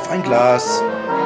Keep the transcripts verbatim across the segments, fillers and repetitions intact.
Auf ein Glas.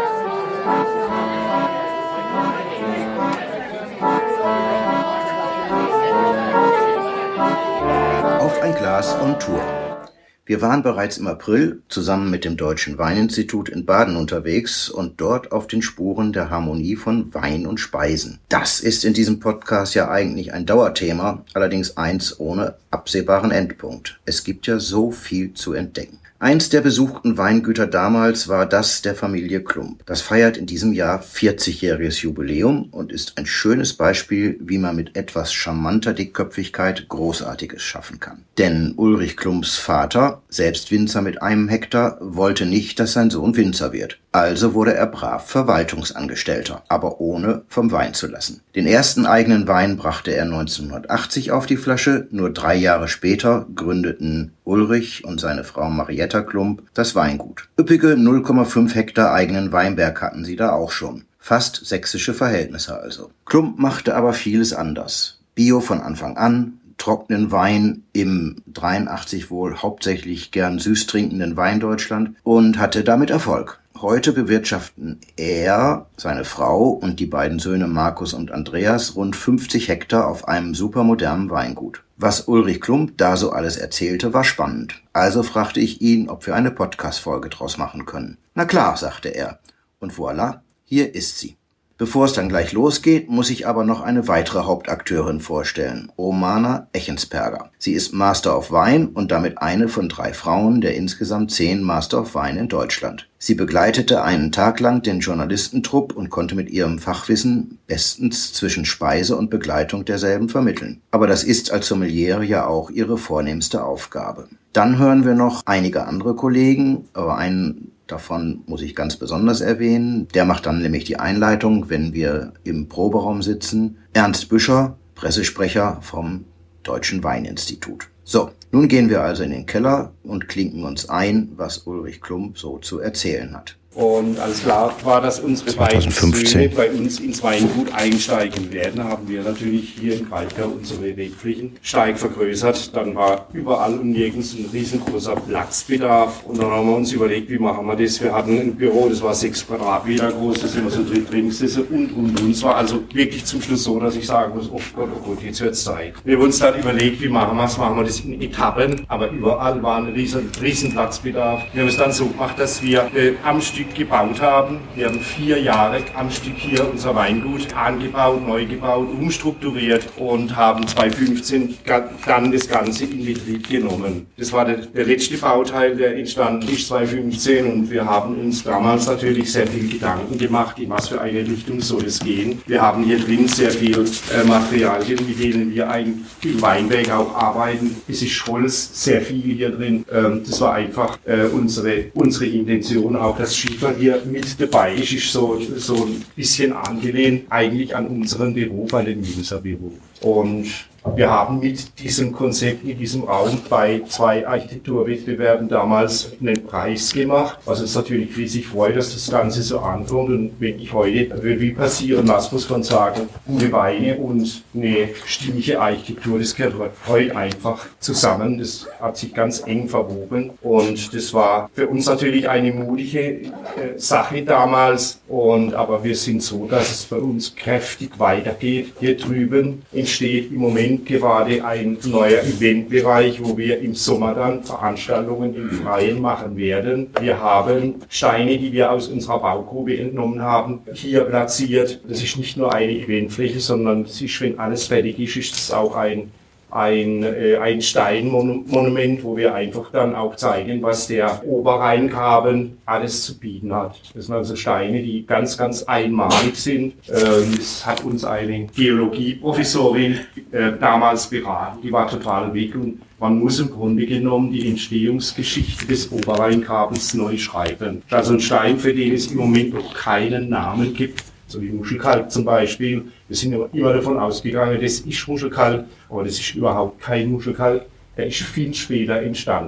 Auf ein Glas on Tour. Wir waren bereits im April zusammen mit dem Deutschen Weininstitut in Baden unterwegs und dort auf den Spuren der Harmonie von Wein und Speisen. Das ist in diesem Podcast ja eigentlich ein Dauerthema, allerdings eins ohne absehbaren Endpunkt. Es gibt ja so viel zu entdecken. Eins der besuchten Weingüter damals war das der Familie Klump. Das feiert in diesem Jahr vierzigjähriges Jubiläum und ist ein schönes Beispiel, wie man mit etwas charmanter Dickköpfigkeit Großartiges schaffen kann. Denn Ulrich Klumps Vater, selbst Winzer mit einem Hektar, wollte nicht, dass sein Sohn Winzer wird. Also wurde er brav Verwaltungsangestellter, aber ohne vom Wein zu lassen. Den ersten eigenen Wein brachte er neunzehnhundertachtzig auf die Flasche. Nur drei Jahre später gründeten Ulrich und seine Frau Marietta Klump das Weingut. Üppige null Komma fünf Hektar eigenen Weinberg hatten sie da auch schon. Fast sächsische Verhältnisse also. Klump machte aber vieles anders. Bio von Anfang an, trockenen Wein im dreiundachtzig wohl hauptsächlich gern süß trinkenden Weindeutschland und hatte damit Erfolg. Heute bewirtschaften er, seine Frau und die beiden Söhne Markus und Andreas rund fünfzig Hektar auf einem supermodernen Weingut. Was Ulrich Klump da so alles erzählte, war spannend. Also fragte ich ihn, ob wir eine Podcast-Folge draus machen können. Na klar, sagte er. Und voilà, hier ist sie. Bevor es dann gleich losgeht, muss ich aber noch eine weitere Hauptakteurin vorstellen, Romana Echensperger. Sie ist Master of Wine und damit eine von drei Frauen der insgesamt zehn Master of Wine in Deutschland. Sie begleitete einen Tag lang den Journalistentrupp und konnte mit ihrem Fachwissen bestens zwischen Speise und Begleitung derselben vermitteln. Aber das ist als Sommeliere ja auch ihre vornehmste Aufgabe. Dann hören wir noch einige andere Kollegen, aber einen davon muss ich ganz besonders erwähnen. Der macht dann nämlich die Einleitung, wenn wir im Proberaum sitzen. Ernst Büscher, Pressesprecher vom Deutschen Weininstitut. So, nun gehen wir also in den Keller und klinken uns ein, was Ulrich Klump so zu erzählen hat. Und alles klar war, dass unsere beiden Söhne bei uns ins Weingut einsteigen werden, haben wir natürlich hier in Kalkar unsere Rebflächen stark vergrößert. Dann war überall und nirgends ein riesengroßer Platzbedarf. Und dann haben wir uns überlegt, wie machen wir das? Wir hatten ein Büro, das war sechs Quadratmeter groß, das sind wir so drin gesessen und, und, und. Es war also wirklich zum Schluss so, dass ich sagen muss, oh Gott, oh Gott, jetzt wird's Zeit. Wir haben uns dann überlegt, wie machen wir es? Machen wir das in Etappen? Aber überall war ein riesen, riesen Platzbedarf. Wir haben es dann so gemacht, dass wir äh, am Stück gebaut haben. Wir haben vier Jahre am Stück hier unser Weingut angebaut, neu gebaut, umstrukturiert und haben zweitausendfünfzehn dann das Ganze in Betrieb genommen. Das war der, der letzte Bauteil, der entstanden ist zweitausendfünfzehn und wir haben uns damals natürlich sehr viel Gedanken gemacht, in was für eine Richtung soll es gehen. Wir haben hier drin sehr viel äh, Materialien, mit denen wir eigentlich im Weinberg auch arbeiten. Es ist Holz, sehr viel hier drin. Ähm, das war einfach äh, unsere, unsere Intention, auch das Schiefer hier mit dabei ist, ist so, so ein bisschen angelehnt eigentlich an unseren Beruf, an den Winzerberuf. Und wir haben mit diesem Konzept in diesem Raum bei zwei Architekturwettbewerben damals einen Preis gemacht, was uns natürlich riesig freut, dass das Ganze so ankommt. Und wenn ich heute Revue passieren lasse, muss man sagen, gute Weine und eine stimmige Architektur, das gehört heute einfach zusammen. Das hat sich ganz eng verwoben und das war für uns natürlich eine mutige äh, Sache damals. Und aber wir sind so, dass es bei uns kräftig weitergeht. Hier drüben entsteht im Moment gerade ein neuer Eventbereich, wo wir im Sommer dann Veranstaltungen im Freien machen werden. Wir haben Steine, die wir aus unserer Baugrube entnommen haben, hier platziert. Das ist nicht nur eine Eventfläche, sondern es ist, wenn alles fertig ist, ist es auch ein ein, äh, ein Steinmonument, wo wir einfach dann auch zeigen, was der Oberrheingraben alles zu bieten hat. Das sind also Steine, die ganz, ganz einmalig sind. Ähm, das hat uns eine Geologieprofessorin äh, damals beraten, die war total weg und man muss im Grunde genommen die Entstehungsgeschichte des Oberrheingrabens neu schreiben. Also ein Stein, für den es im Moment noch keinen Namen gibt, so wie Muschelkalk zum Beispiel. Wir sind immer davon ausgegangen, das ist Muschelkalk, aber das ist überhaupt kein Muschelkalk. Der ist viel später entstanden.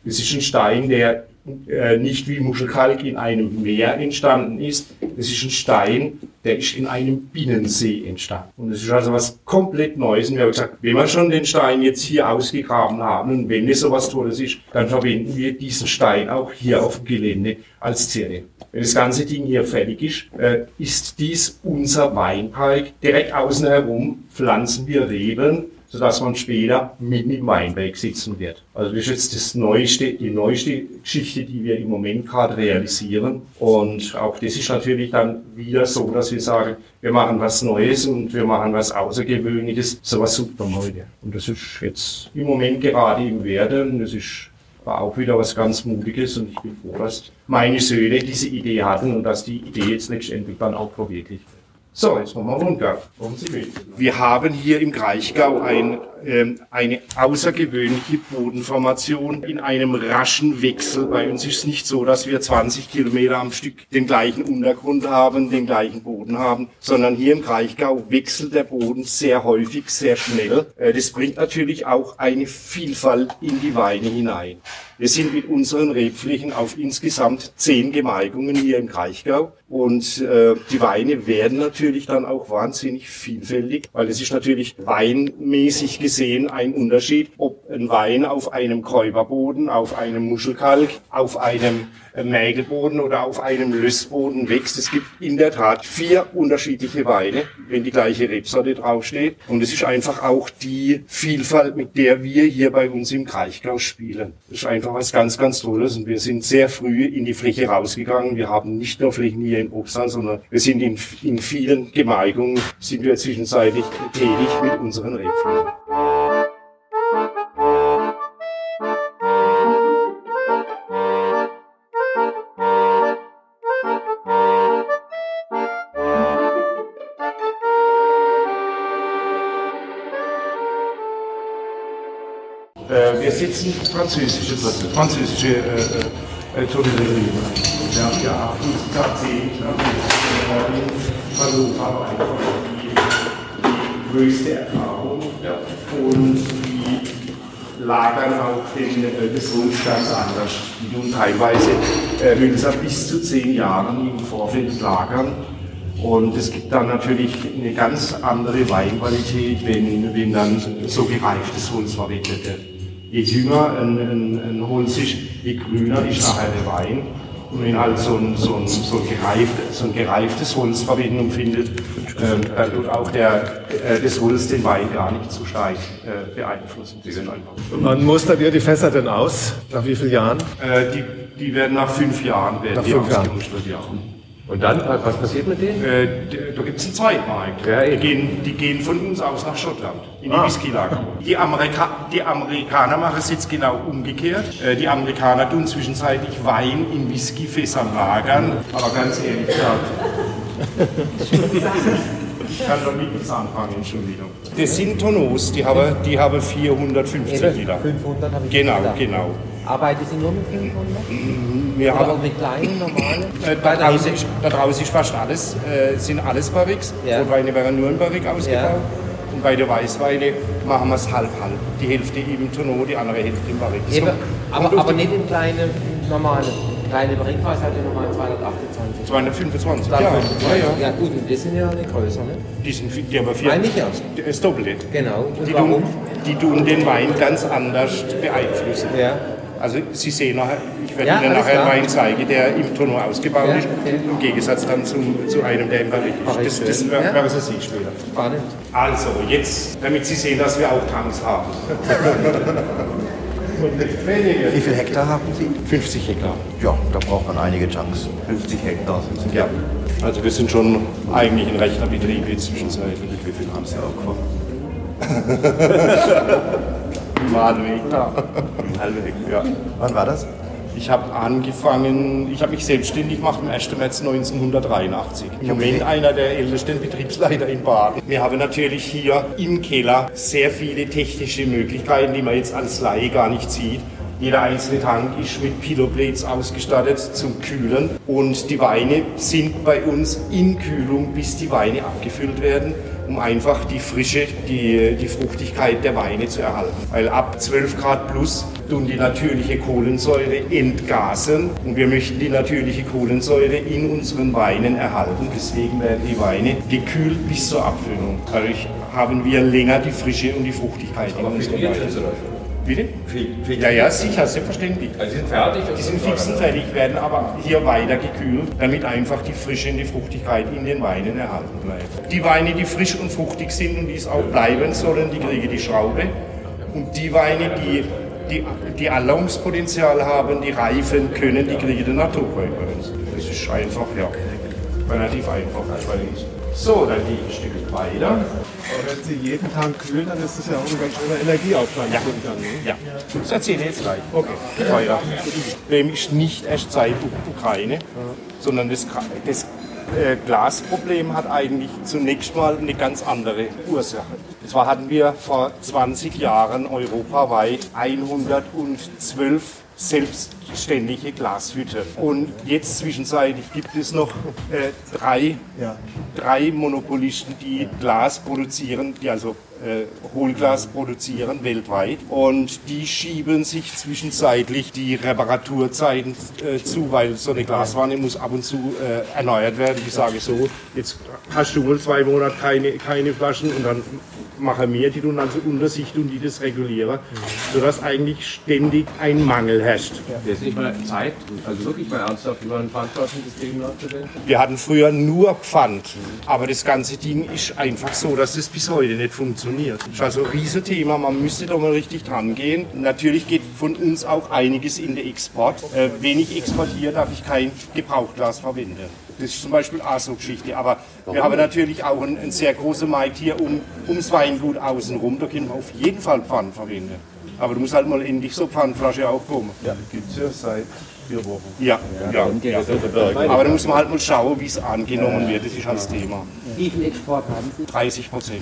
Es ist ein Stein, der äh, nicht wie Muschelkalk in einem Meer entstanden ist. Es ist ein Stein, der ist in einem Binnensee entstanden. Und es ist also was komplett Neues. Und wir haben gesagt, wenn wir schon den Stein jetzt hier ausgegraben haben und wenn es so was Tolles ist, dann verwenden wir diesen Stein auch hier auf dem Gelände als Zirne. Wenn das ganze Ding hier fertig ist, äh, ist dies unser Weinpark. Direkt außen herum pflanzen wir Reben, sodass man später mitten im Weinberg sitzen wird. Also das ist jetzt das neueste, die neueste Geschichte, die wir im Moment gerade realisieren. Und auch das ist natürlich dann wieder so, dass wir sagen, wir machen was Neues und wir machen was Außergewöhnliches. So was sucht man heute. Und das ist jetzt im Moment gerade im Werden. Das ist war auch wieder was ganz Mutiges und ich bin froh, dass meine Söhne diese Idee hatten und dass die Idee jetzt letztendlich dann auch verwirklicht wird. So, jetzt machen wir runter. Wir haben hier im Kraichgau ein, ähm, eine außergewöhnliche Bodenformation in einem raschen Wechsel. Bei uns ist es nicht so, dass wir zwanzig Kilometer am Stück den gleichen Untergrund haben, den gleichen Boden haben, sondern hier im Kraichgau wechselt der Boden sehr häufig, sehr schnell. Äh, das bringt natürlich auch eine Vielfalt in die Weine hinein. Wir sind mit unseren Rebflächen auf insgesamt zehn Gemeigungen hier im Kraichgau und äh, die Weine werden natürlich dann auch wahnsinnig vielfältig, weil es ist natürlich weinmäßig gesehen ein Unterschied, ob ein Wein auf einem Kräuberboden, auf einem Muschelkalk, auf einem Mägelboden oder auf einem Lössboden wächst. Es gibt in der Tat vier unterschiedliche Weine, wenn die gleiche Rebsorte draufsteht. Und es ist einfach auch die Vielfalt, mit der wir hier bei uns im Kraichgau spielen. Das ist einfach was ganz, ganz Tolles. Und wir sind sehr früh in die Fläche rausgegangen. Wir haben nicht nur Flächen hier in Obstal, sondern wir sind in, in vielen Gemeigungen, sind wir zwischenzeitlich tätig mit unseren Rebflächen. Wir sitzen französische, französische äh, äh, Toilerie. Wir haben ja insgesamt zehn Versuch, aber einfach die, die größte Erfahrung. Ja. Und die lagern auch den äh, Wunsch ganz anders. Die nun teilweise äh, Hülser bis zu zehn Jahren im Vorfeld lagern. Und es gibt dann natürlich eine ganz andere Weinqualität, wenn, wenn dann so gereiftes Holz verwendet wird. Je jünger ein, ein, ein Holz ist, je grüner ist nachher der Wein. Und wenn halt so ein, so ein, so ein, gereift, so ein gereiftes Holz Verwendung findet, äh, dann tut auch der, äh, das Holz den Wein gar nicht so stark äh, beeinflussen. Die sind einfach. Wann mustert ihr die Fässer denn aus? Nach wie vielen Jahren? Äh, die, die werden nach fünf Jahren werden nach die fünf ausgemustert, ja. Und dann, was passiert mit denen? Äh, da gibt es einen Zweitmarkt. Ja, die, gehen, die gehen von uns aus nach Schottland, in die ah. Whisky-Lager. Die, Amerika die Amerikaner machen es jetzt genau umgekehrt. Äh, die Amerikaner tun zwischenzeitlich Wein in Whiskyfässern lagern. Aber ganz ehrlich gesagt, ich kann damit nichts anfangen, Entschuldigung. Das sind Tonneaus, die haben, die haben vierhundertfünfzig Liter. fünfhundert habe ich Genau, gedacht. genau. Arbeiten Sie nur mit fünfhundert? Wir Oder haben, auch mit kleinen, normalen? Äh, da, draußen ist, da draußen ist fast alles, äh, sind alles Barriques. Ja. Rotweine werden nur in Barrique ausgebaut. Ja. Und bei der Weißweine machen wir es halb-halb. Die Hälfte im Tonneau, die andere Hälfte im Barrique. Eben, aber, aber nicht im kleinen, normalen. Kleine Barrique war es halt nochmal zweihundertachtundzwanzig. zweihundertfünfundzwanzig, zweihundertfünfundzwanzig. ja. Ja, ja. Ja gut, und das sind ja nicht größer, ne? Die sind die haben vier. Nein, nicht ja. Das Doppelte. Genau. Und die, warum? tun, die tun den Wein ganz anders beeinflussen. Ja. Also Sie sehen nachher, ich werde Ja, Ihnen nachher klar. einen Wein zeigen, der im Tonneau ausgebaut Ja, ist, okay. im Gegensatz dann zum, zu einem, der im Barrique ist. Das, das werden Ja. Sie sehen später. Spannend. Also, jetzt, damit Sie sehen, dass wir auch Tanks haben. Wie viel Hektar haben Sie? fünfzig Hektar. Ja, da braucht man einige Tanks. fünfzig Hektar sind es. Ja. Also wir sind schon eigentlich ein rechter Betrieb jetzt zwischenzeitlich. Wie viel haben Sie auch? Ein halbe Hektar. Ein halbe Hektar, ja. Wann war das? Ich habe angefangen, ich habe mich selbstständig gemacht am ersten März neunzehnhundertdreiundachtzig. Im Moment einer der ältesten Betriebsleiter in Baden. Wir haben natürlich hier im Keller sehr viele technische Möglichkeiten, die man jetzt als Laie gar nicht sieht. Jeder einzelne Tank ist mit Piloplates ausgestattet zum Kühlen und die Weine sind bei uns in Kühlung, bis die Weine abgefüllt werden. um einfach die Frische, die, die Fruchtigkeit der Weine zu erhalten. Weil ab zwölf Grad plus tun die natürliche Kohlensäure entgasen und wir möchten die natürliche Kohlensäure in unseren Weinen erhalten. Deswegen werden die Weine gekühlt bis zur Abfüllung. Dadurch haben wir länger die Frische und die Fruchtigkeit in unseren Weinen. Bitte? Ja, ja, sicher, selbstverständlich. Also die sind fertig? Die sind fix und fertig, werden aber hier weiter gekühlt, damit einfach die Frische und die Fruchtigkeit in den Weinen erhalten bleibt. Die Weine, die frisch und fruchtig sind und die es auch bleiben sollen, die kriegen die Schraube. Und die Weine, die die, die Alterungspotenzial haben, die reifen können, die kriegen den Naturpreis bei uns. Das ist einfach, ja, relativ einfach. So, dann gehe ich ein Stück weiter. Aber wenn Sie jeden Tag kühlen, dann ist das ja auch ein ganz schöner Energieaufwand. Ja. Ja, das erzähle ich jetzt gleich. Okay, weiter. Das Problem ist nicht erst seit Ukraine, sondern das, das äh, Glasproblem hat eigentlich zunächst mal eine ganz andere Ursache. Und zwar hatten wir vor zwanzig Jahren europaweit hundertzwölf selbstständige Glashütte. Und jetzt zwischenzeitlich gibt es noch äh, drei, ja. drei Monopolisten, die Glas produzieren, die also äh, Hohlglas produzieren weltweit. Und die schieben sich zwischenzeitlich die Reparaturzeiten äh, zu, weil so eine Glaswanne muss ab und zu äh, erneuert werden. Ich sage so, jetzt hast du wohl zwei Monate keine, keine Flaschen und dann machen wir, die tun also Untersicht und die das regulieren, sodass eigentlich ständig ein Mangel herrscht. Wäre es nicht mal Zeit, also wirklich mal ernsthaft über ein Pfandflaschensystem nachzudenken? Wir hatten früher nur Pfand, aber das ganze Ding ist einfach so, dass das bis heute nicht funktioniert. Das ist also ein Riesenthema, man müsste da mal richtig dran gehen. Natürlich geht von uns auch einiges in den Export. Äh, wenn ich exportiere, darf ich kein Gebrauchtglas verwenden. Das ist zum Beispiel auch so eine Geschichte. Aber Warum? Wir haben natürlich auch einen, einen sehr großen Markt hier um, ums Weingut außenrum. Da können wir auf jeden Fall Pfand verwenden. Aber du musst halt mal endlich so Pfandflasche aufkommen. Ja, gibt es ja seit vier Wochen. Ja, ja, ja, ja. Aber da muss man halt mal schauen, wie es angenommen wird. Das ist halt das Thema. Wie viel Export haben Sie? dreißig Prozent.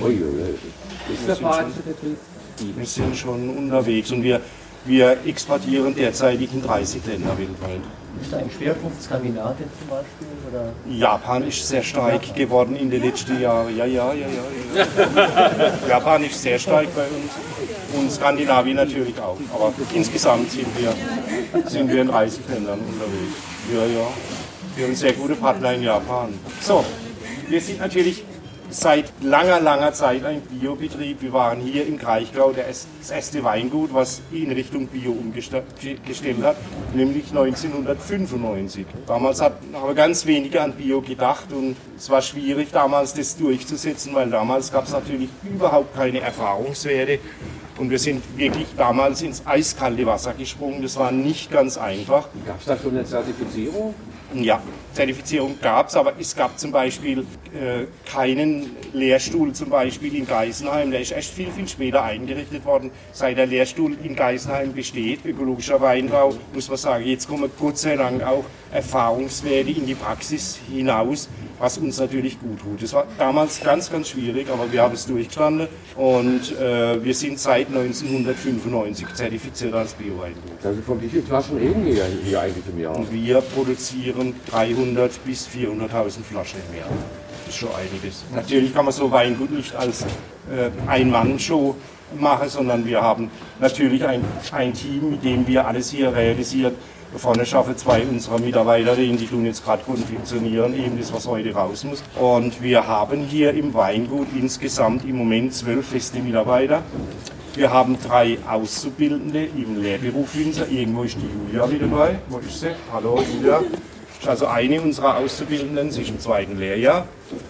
Ist der Betrieb? Wir sind schon unterwegs und wir, wir exportieren derzeit in dreißig Länder weltweit. Ist da ein Schwerpunkt Skandinavien zum Beispiel? Oder? Japan ist sehr stark geworden in den letzten Jahren. Ja, ja, ja, ja. ja. Japan ist sehr stark bei uns und Skandinavien natürlich auch. Aber insgesamt sind wir, sind wir in dreißig Ländern unterwegs. Ja, ja. Wir haben sehr gute Partner in Japan. So, wir sind natürlich seit langer, langer Zeit ein Biobetrieb. Wir waren hier im Kraichgau das erste Weingut, was in Richtung Bio umgestellt hat, nämlich neunzehnhundertfünfundneunzig. Damals hat, haben ganz wenige an Bio gedacht und es war schwierig damals das durchzusetzen, weil damals gab es natürlich überhaupt keine Erfahrungswerte. Und wir sind wirklich damals ins eiskalte Wasser gesprungen. Das war nicht ganz einfach. Gab es da schon eine Zertifizierung? Ja, Zertifizierung gab es, aber es gab zum Beispiel äh, keinen Lehrstuhl zum Beispiel in Geisenheim. Der ist erst viel, viel später eingerichtet worden. Seit der Lehrstuhl in Geisenheim besteht, ökologischer Weinbau, muss man sagen, jetzt kommen Gott sei Dank auch Erfahrungswerte in die Praxis hinaus, was uns natürlich gut tut. Das war damals ganz, ganz schwierig, aber wir haben es durchgestanden und äh, wir sind seit neunzehnhundertfünfundneunzig zertifiziert als Bio-Weingut. Also von wie vielen Flaschen reden wir hier eigentlich im Jahr? Und wir produzieren dreihundert bis vierhunderttausend Flaschen im Jahr. Das ist schon einiges. Natürlich kann man so Weingut nicht als äh, Ein-Mann-Show machen, sondern wir haben natürlich ein, ein Team, mit dem wir alles hier realisieren. Da vorne schaffen zwei unserer Mitarbeiterinnen, die tun jetzt gerade konfektionieren, eben das, was heute raus muss. Und wir haben hier im Weingut insgesamt im Moment zwölf feste Mitarbeiter. Wir haben drei Auszubildende im Lehrberuf Winzer. Irgendwo ist die Julia wieder dabei. Wo ist sie? Hallo Julia. Das ist also eine unserer Auszubildenden, sie ist im zweiten Lehrjahr.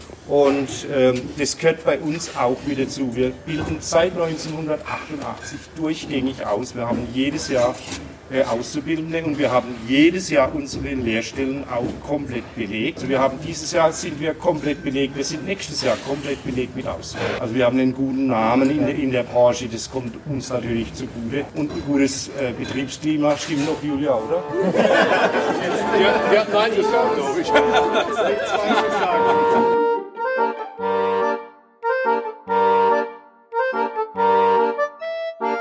Und ähm, das gehört bei uns auch mit dazu. Wir bilden seit neunzehnhundertachtundachtzig durchgängig aus. Wir haben jedes Jahr äh, Auszubildende und wir haben jedes Jahr unsere Lehrstellen auch komplett belegt. Also wir haben dieses Jahr sind wir komplett belegt. Wir sind nächstes Jahr komplett belegt mit Auszubildenden. Also wir haben einen guten Namen in der, in der Branche. Das kommt uns natürlich zugute. Und ein gutes äh, Betriebsklima. Stimmt noch, Julia, oder? Ja, ja, nein, das glaube ich.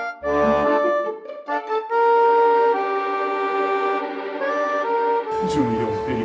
Entschuldigung, bin ich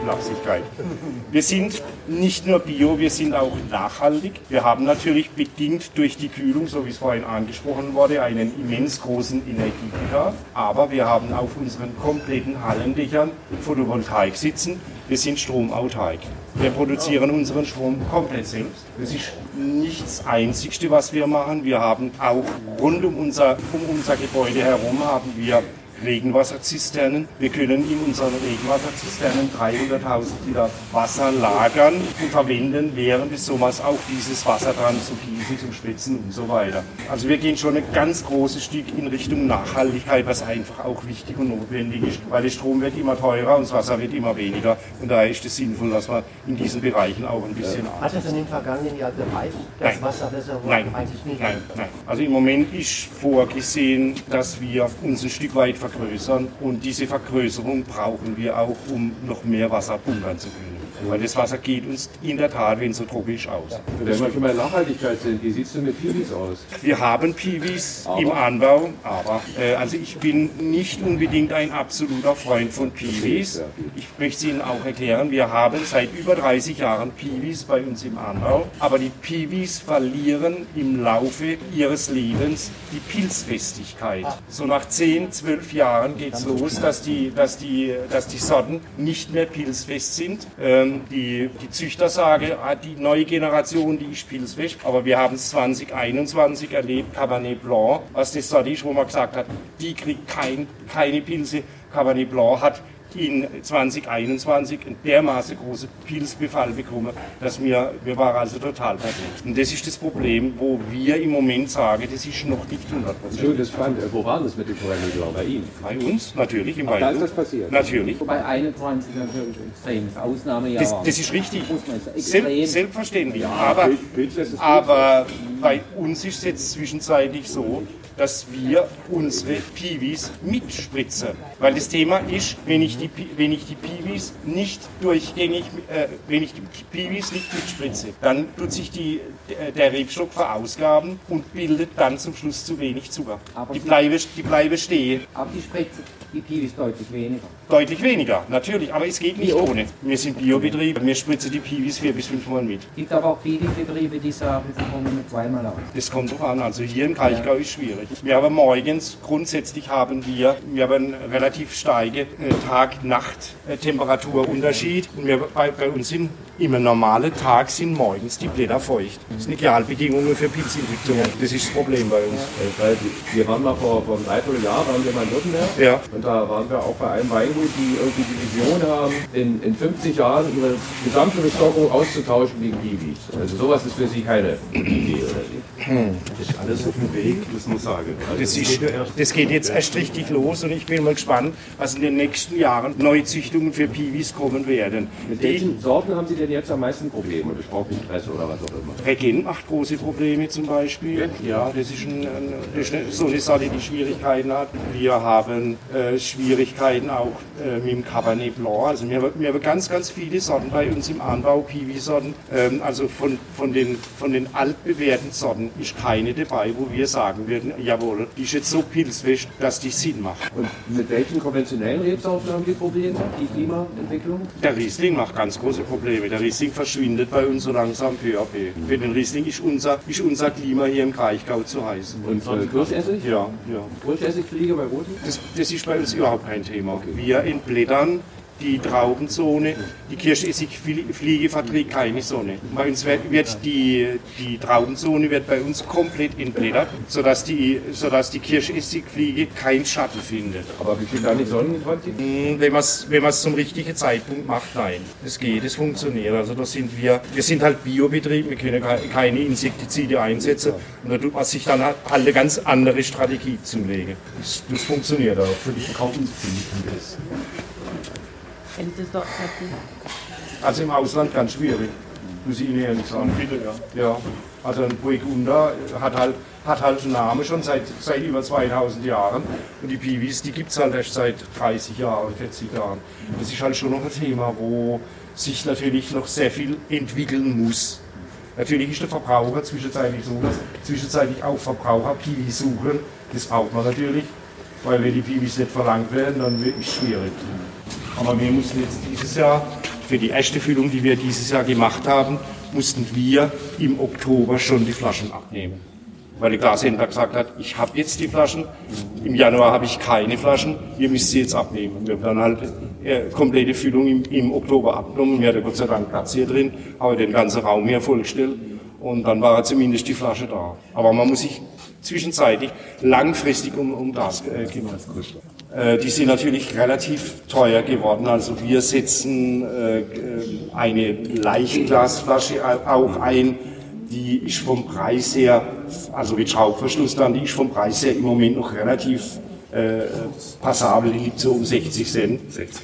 Flapsigkeit. Wir sind nicht nur bio, wir sind auch nachhaltig. Wir haben natürlich bedingt durch die Kühlung, so wie es vorhin angesprochen wurde, einen immens großen Energiebedarf. Aber wir haben auf unseren kompletten Hallendächern Photovoltaik sitzen. Wir sind stromautark. Wir produzieren unseren Strom komplett selbst. Das ist nicht das Einzige, was wir machen. Wir haben auch rund um unser, um unser Gebäude herum haben wir Regenwasserzisternen. Wir können in unseren Regenwasserzisternen dreihunderttausend Liter Wasser lagern und verwenden während des Sommers auch dieses Wasser dran zu gießen, zum Spritzen und so weiter. Also wir gehen schon ein ganz großes Stück in Richtung Nachhaltigkeit, was einfach auch wichtig und notwendig ist, weil der Strom wird immer teurer und das Wasser wird immer weniger und daher ist es sinnvoll, dass man in diesen Bereichen auch ein bisschen Hat es in den vergangenen Jahren gereicht, das Wasserreservoir? Nein. Eigentlich nicht. Nein, nein. Also im Moment ist vorgesehen, dass wir uns ein Stück weit vergrößern und diese Vergrößerung brauchen wir auch, um noch mehr Wasser pumpern zu können. Weil das Wasser geht uns in der Tat, wenn es so tropisch aus. Wenn wir schon bei Nachhaltigkeit sind, wie sieht es denn mit Piwis aus? Wir haben Piwis im Anbau, aber äh, also ich bin nicht unbedingt ein absoluter Freund von Piwis. Ich möchte es Ihnen auch erklären, wir haben seit über dreißig Jahren Piwis bei uns im Anbau, aber die Piwis verlieren im Laufe ihres Lebens die Pilzfestigkeit. So nach zehn, zwölf Jahren geht es los, dass die, dass, die, dass die Sorten nicht mehr pilzfest sind. Ähm, die, die Züchter sagen, die neue Generation, die ist pilzfest, aber wir haben es zwanzig einundzwanzig erlebt, Cabernet Blanc, was das Sorte ist, wo man gesagt hat, die kriegt kein, keine Pilze. Cabernet Blanc hat in zwanzig einundzwanzig einen dermaßen großen Pilzbefall bekommen, dass wir, wir waren also total perplex. Und das ist das Problem, wo wir im Moment sagen, das ist noch nicht hundert Prozent. Schön, das fand, wo war das mit dem Cabernet Blanc? Bei Ihnen? Bei uns, natürlich, im Ach, da ist Weingut. das passiert? Natürlich. Bei einundzwanzig natürlich extremes Ausnahmejahr. Das, das ist richtig. Muss man sagen. Sel Extrem. selbstverständlich. Aber, aber bei uns ist es jetzt zwischenzeitlich so, dass wir unsere Piwis mitspritzen. Weil das Thema ist, wenn ich die, wenn ich die Piwis nicht durchgängig, äh, wenn ich die Piwis nicht mitspritze, dann tut sich die, der Rebstock verausgaben und bildet dann zum Schluss zu wenig Zucker. Aber Die bleiben, die bleiben stehen. Aber die Spritze, die Piwis deutlich weniger. Deutlich weniger, natürlich, aber es geht nicht ohne. Wir sind Biobetrieb, wir spritzen die Piwis vier bis fünfmal mit. Es gibt aber auch viele Betriebe, die sagen, sie kommen mit zweimal aus. Das kommt drauf an, also hier im Kraichgau ist schwierig. Wir haben morgens, grundsätzlich haben wir, wir haben einen relativ starken äh, Tag-Nacht-Temperaturunterschied und wir, bei, bei uns sind im normalen Tag sind morgens die Blätter feucht. Das sind Idealbedingungen für Pilzinfektionen. Das ist das Problem bei uns. Weil wir waren mal vor, vor einem Dreivierteljahr, waren wir mal in Württemberg. Ja. Und da waren wir auch bei einem Weingut, die irgendwie die Vision haben, in, in fünfzig Jahren ihre gesamte Bestockung auszutauschen gegen Piwis. Also sowas ist für Sie keine Idee, oder wie? Das ist alles auf dem Weg, muss man sagen. Das, ist, das geht jetzt erst richtig los und ich bin mal gespannt, was in den nächsten Jahren Neuzüchtungen für Piwis kommen werden. Mit welchen Sorten haben Sie denn jetzt am meisten Probleme? Besprochenstress oder was auch immer? Regent macht große Probleme zum Beispiel. Ja, das ist, ein, ein, das ist eine, so eine Sorte, die Schwierigkeiten hat. Wir haben äh, Schwierigkeiten auch äh, mit dem Cabernet Blanc. Also wir, wir haben ganz, ganz viele Sorten bei uns im Anbau, Piwi-Sorten. Ähm, also von, von, den, von den altbewährten Sorten ist keine dabei, wo wir sagen würden, jawohl, die ist jetzt so pilzfest, dass die Sinn macht. Und mit welchen konventionellen Rebsorten haben die Probleme, die Klimaentwicklung? Der Riesling macht ganz große Probleme. Der Riesling verschwindet bei uns so langsam peu à peu. Für den Riesling ist unser, ist unser Klima hier im Kraichgau zu heiß. Und äh, Kirschessig? Ja, ja. Kirschessigfliege bei Roten? Das, das ist bei uns überhaupt kein Thema. Wir entblättern die Traubenzone, die Kirschessigfliege verträgt keine Sonne. Bei uns wird, wird die, die Traubenzone wird bei uns komplett entblättert, sodass die, sodass die Kirschessigfliege keinen Schatten findet. Aber wie viel da die Sonnenquantität? Wenn man es wenn man's zum richtigen Zeitpunkt macht, nein. Es geht, es funktioniert. Also da sind wir, wir sind halt Biobetrieb, wir können keine Insektizide einsetzen und da tut man sich dann halt eine ganz andere Strategie zulegen. Das, das funktioniert auch. Für die Verkaufsfinden ist. Also im Ausland ganz schwierig, muss ich Ihnen ehrlich sagen. Bitte, ja. Ja, also ein Burgunder hat halt, hat halt einen Namen schon seit, seit über zweitausend Jahren und die Piwis, die gibt es halt erst seit dreißig Jahren, vierzig Jahren. Das ist halt schon noch ein Thema, wo sich natürlich noch sehr viel entwickeln muss. Natürlich ist der Verbraucher zwischenzeitlich so, dass zwischenzeitlich auch Verbraucher Piwis suchen. Das braucht man natürlich, weil wenn die Piwis nicht verlangt werden, dann wird es schwierig. Aber wir mussten jetzt dieses Jahr für die erste Füllung, die wir dieses Jahr gemacht haben, mussten wir im Oktober schon die Flaschen abnehmen. Weil der Glashändler gesagt hat, ich habe jetzt die Flaschen, im Januar habe ich keine Flaschen, ihr müsst sie jetzt abnehmen. Wir haben dann halt äh, komplette Füllung im, im Oktober abgenommen, wir hatten Gott sei Dank Platz hier drin, aber den ganzen Raum hier vollgestellt und dann war zumindest die Flasche da. Aber man muss sich zwischenzeitlich langfristig um, um das äh, kümmern. Äh, die sind natürlich relativ teuer geworden, also wir setzen äh, eine Leichtglasflasche auch ein, die ist vom Preis her, also mit Schraubverschluss dann, die ist vom Preis her im Moment noch relativ äh, passabel, die liegt so um sechzig Cent.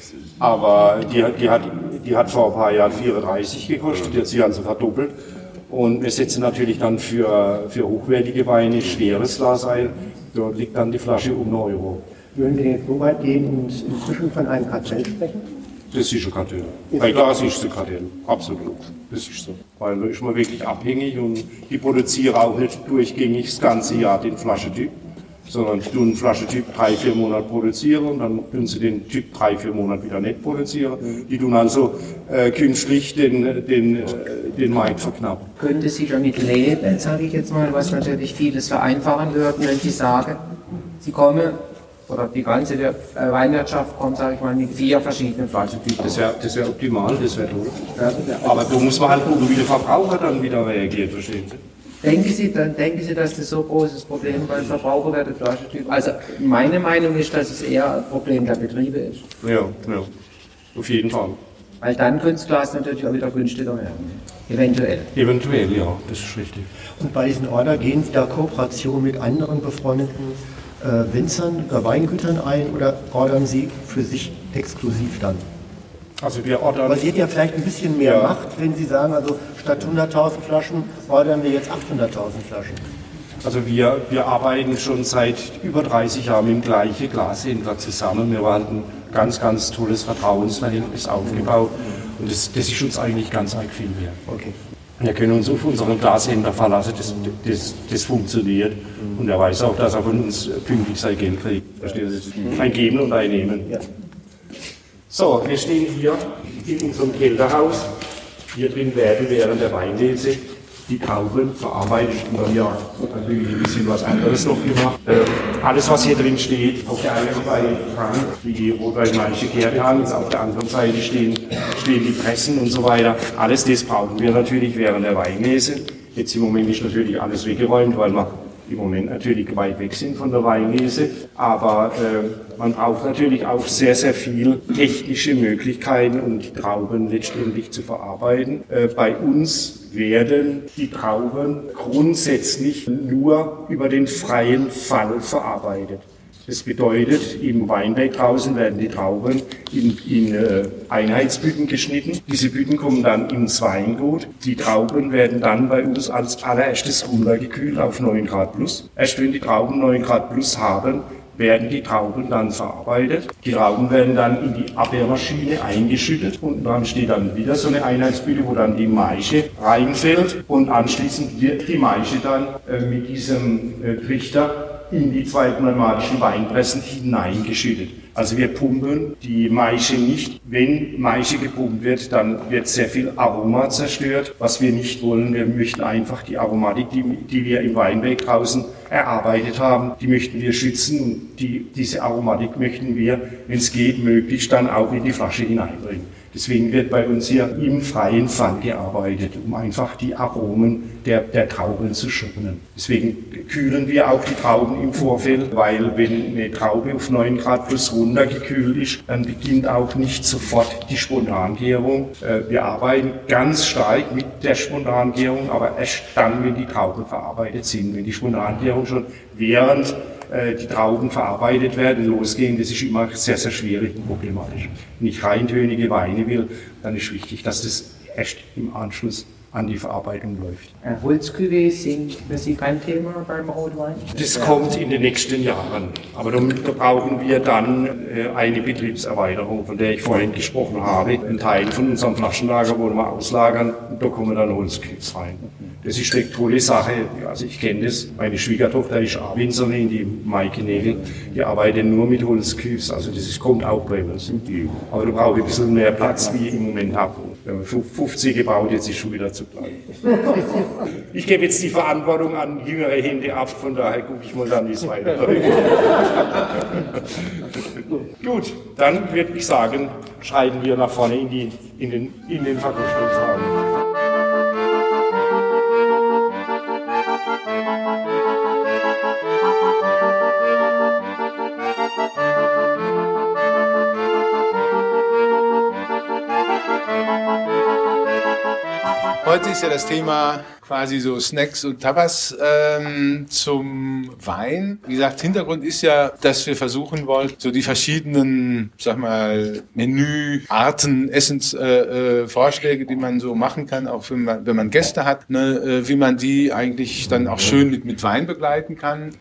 Aber die, die, hat, die hat vor ein paar Jahren vierunddreißig gekostet, die hat sich also verdoppelt. Und wir setzen natürlich dann für, für hochwertige Weine schweres Glas ein, dort liegt dann die Flasche um einen Euro. Würden wir jetzt so weit gehen, inzwischen von einem Kartell sprechen? Das ist ein Kartell. Bei Glas ist es ein Kartell, absolut. Das ist so. Weil da ist man wirklich abhängig und die produzieren auch nicht durchgängig das ganze Jahr den Flaschentyp, sondern die tun den Flaschentyp drei, vier Monate produzieren und dann tun sie den Typ drei, vier Monate wieder nicht produzieren. Die tun also äh, künstlich den, den, äh, den Markt verknappen. Könnte Sie damit leben, sage ich jetzt mal, was natürlich vieles vereinfachen würden, wenn Sie sagen, Sie kommen, oder die ganze Weinwirtschaft kommt, sage ich mal, mit vier verschiedenen Flaschentypen. Das wäre das wär optimal, das wäre toll. Aber da muss man halt gucken, wie der Verbraucher dann wieder reagiert, verstehen Sie? Denken Sie, dann denken Sie, dass das so ein großes Problem beim Verbraucher wird, der Flaschentyp? Also meine Meinung ist, dass es eher ein Problem der Betriebe ist. Ja, ja, auf jeden Fall. Weil dann könnte das Glas natürlich auch wieder günstiger werden. Eventuell. Eventuell, ja, das ist richtig. Und bei diesen Order gehen Sie da Kooperation mit anderen befreundeten äh, Winzern oder Weingütern ein oder ordern Sie für sich exklusiv dann? Also wir ordern... Aber Sie hätten ja vielleicht ein bisschen mehr ja. Macht, wenn Sie sagen, also statt hunderttausend Flaschen ordern wir jetzt achthunderttausend Flaschen. Also wir, wir arbeiten schon seit über dreißig Jahren mit dem gleichen Glashändler zusammen. Wir haben ein ganz, ganz tolles Vertrauensverhältnis aufgebaut und das, das ist uns eigentlich ganz arg viel wert. Okay. Wir können uns auf unseren Glashändler verlassen, das, das, das funktioniert und er weiß auch, dass er von uns pünktlich sein Geld kriegt. Verstehen Sie? Ein Geben und ein Nehmen. Ja. So, wir stehen hier in unserem Kellerhaus. Hier drin werden während der Weinlese die Trauben verarbeitet. Wir haben ja natürlich ein bisschen was anderes noch gemacht. Äh, alles, was hier drin steht, auf der einen Seite Frank, die rotweinmanische Kehrtan, auf der anderen Seite stehen, stehen die Pressen und so weiter. Alles das brauchen wir natürlich während der Weinlese. Jetzt im Moment ist natürlich alles weggeräumt, weil wir im Moment natürlich weit weg sind von der Weinlese, aber äh, man braucht natürlich auch sehr, sehr viel technische Möglichkeiten, um die Trauben letztendlich zu verarbeiten. Äh, bei uns werden die Trauben grundsätzlich nur über den freien Fall verarbeitet. Das bedeutet, im Weinberg draußen werden die Trauben in, in äh, Einheitsbütten geschnitten. Diese Bütten kommen dann ins Weingut. Die Trauben werden dann bei uns als allererstes runtergekühlt auf neun Grad plus. Erst wenn die Trauben neun Grad plus haben, werden die Trauben dann verarbeitet. Die Trauben werden dann in die Abwehrmaschine eingeschüttet und dann steht dann wieder so eine Einheitsbütte, wo dann die Maische reinfällt und anschließend wird die Maische dann äh, mit diesem äh, Trichter in die zwei pneumatischen Weinpressen hineingeschüttet. Also wir pumpen die Maische nicht. Wenn Maische gepumpt wird, dann wird sehr viel Aroma zerstört, was wir nicht wollen. Wir möchten einfach die Aromatik, die, die wir im Weinberg draußen erarbeitet haben, die möchten wir schützen und die, diese Aromatik möchten wir, wenn es geht, möglichst dann auch in die Flasche hineinbringen. Deswegen wird bei uns hier im freien Fall gearbeitet, um einfach die Aromen der, der Trauben zu schonen. Deswegen kühlen wir auch die Trauben im Vorfeld, weil wenn eine Traube auf neun Grad plus runtergekühlt ist, dann beginnt auch nicht sofort die Spontangärung. Wir arbeiten ganz stark mit der Spontangärung, aber erst dann, wenn die Trauben verarbeitet sind. Wenn die Spontangärung schon während die Trauben verarbeitet werden, losgehen, das ist immer sehr, sehr schwierig und problematisch. Wenn ich reintönige Weine will, dann ist wichtig, dass das erst im Anschluss an die Verarbeitung läuft. Holzcuvées sind für Sie kein Thema beim Rotwein? Das kommt in den nächsten Jahren. Aber da brauchen wir dann eine Betriebserweiterung, von der ich vorhin gesprochen habe. Ein Teil von unserem Flaschenlager wollen wir auslagern und da kommen dann Holzcuvées rein. Das ist eine tolle Sache. Also ich kenne das. Meine Schwiegertochter ist auch Winzerin, die Maike Nägel. Die arbeitet nur mit Holzkübs. Also das ist, kommt auch bei uns. Aber da brauche ich ein bisschen mehr Platz, wie ich im Moment habe. Wir haben fünfzig gebaut, jetzt ist schon wieder zu klein. Ich gebe jetzt die Verantwortung an jüngere Hände ab, von daher gucke ich mal dann, wie es weiterläuft. Gut, dann würde ich sagen, schreiten wir nach vorne in, die, in den, in den Verkostungsraum. Heute ist ja das Thema quasi so Snacks und Tapas ähm, zum Wein. Wie gesagt, Hintergrund ist ja, dass wir versuchen wollen, so die verschiedenen, sag mal, Menüarten, Essensvorschläge, äh, äh, die man so machen kann, auch wenn man, wenn man Gäste hat, ne, äh, wie man die eigentlich dann auch schön mit, mit Wein begleiten kann.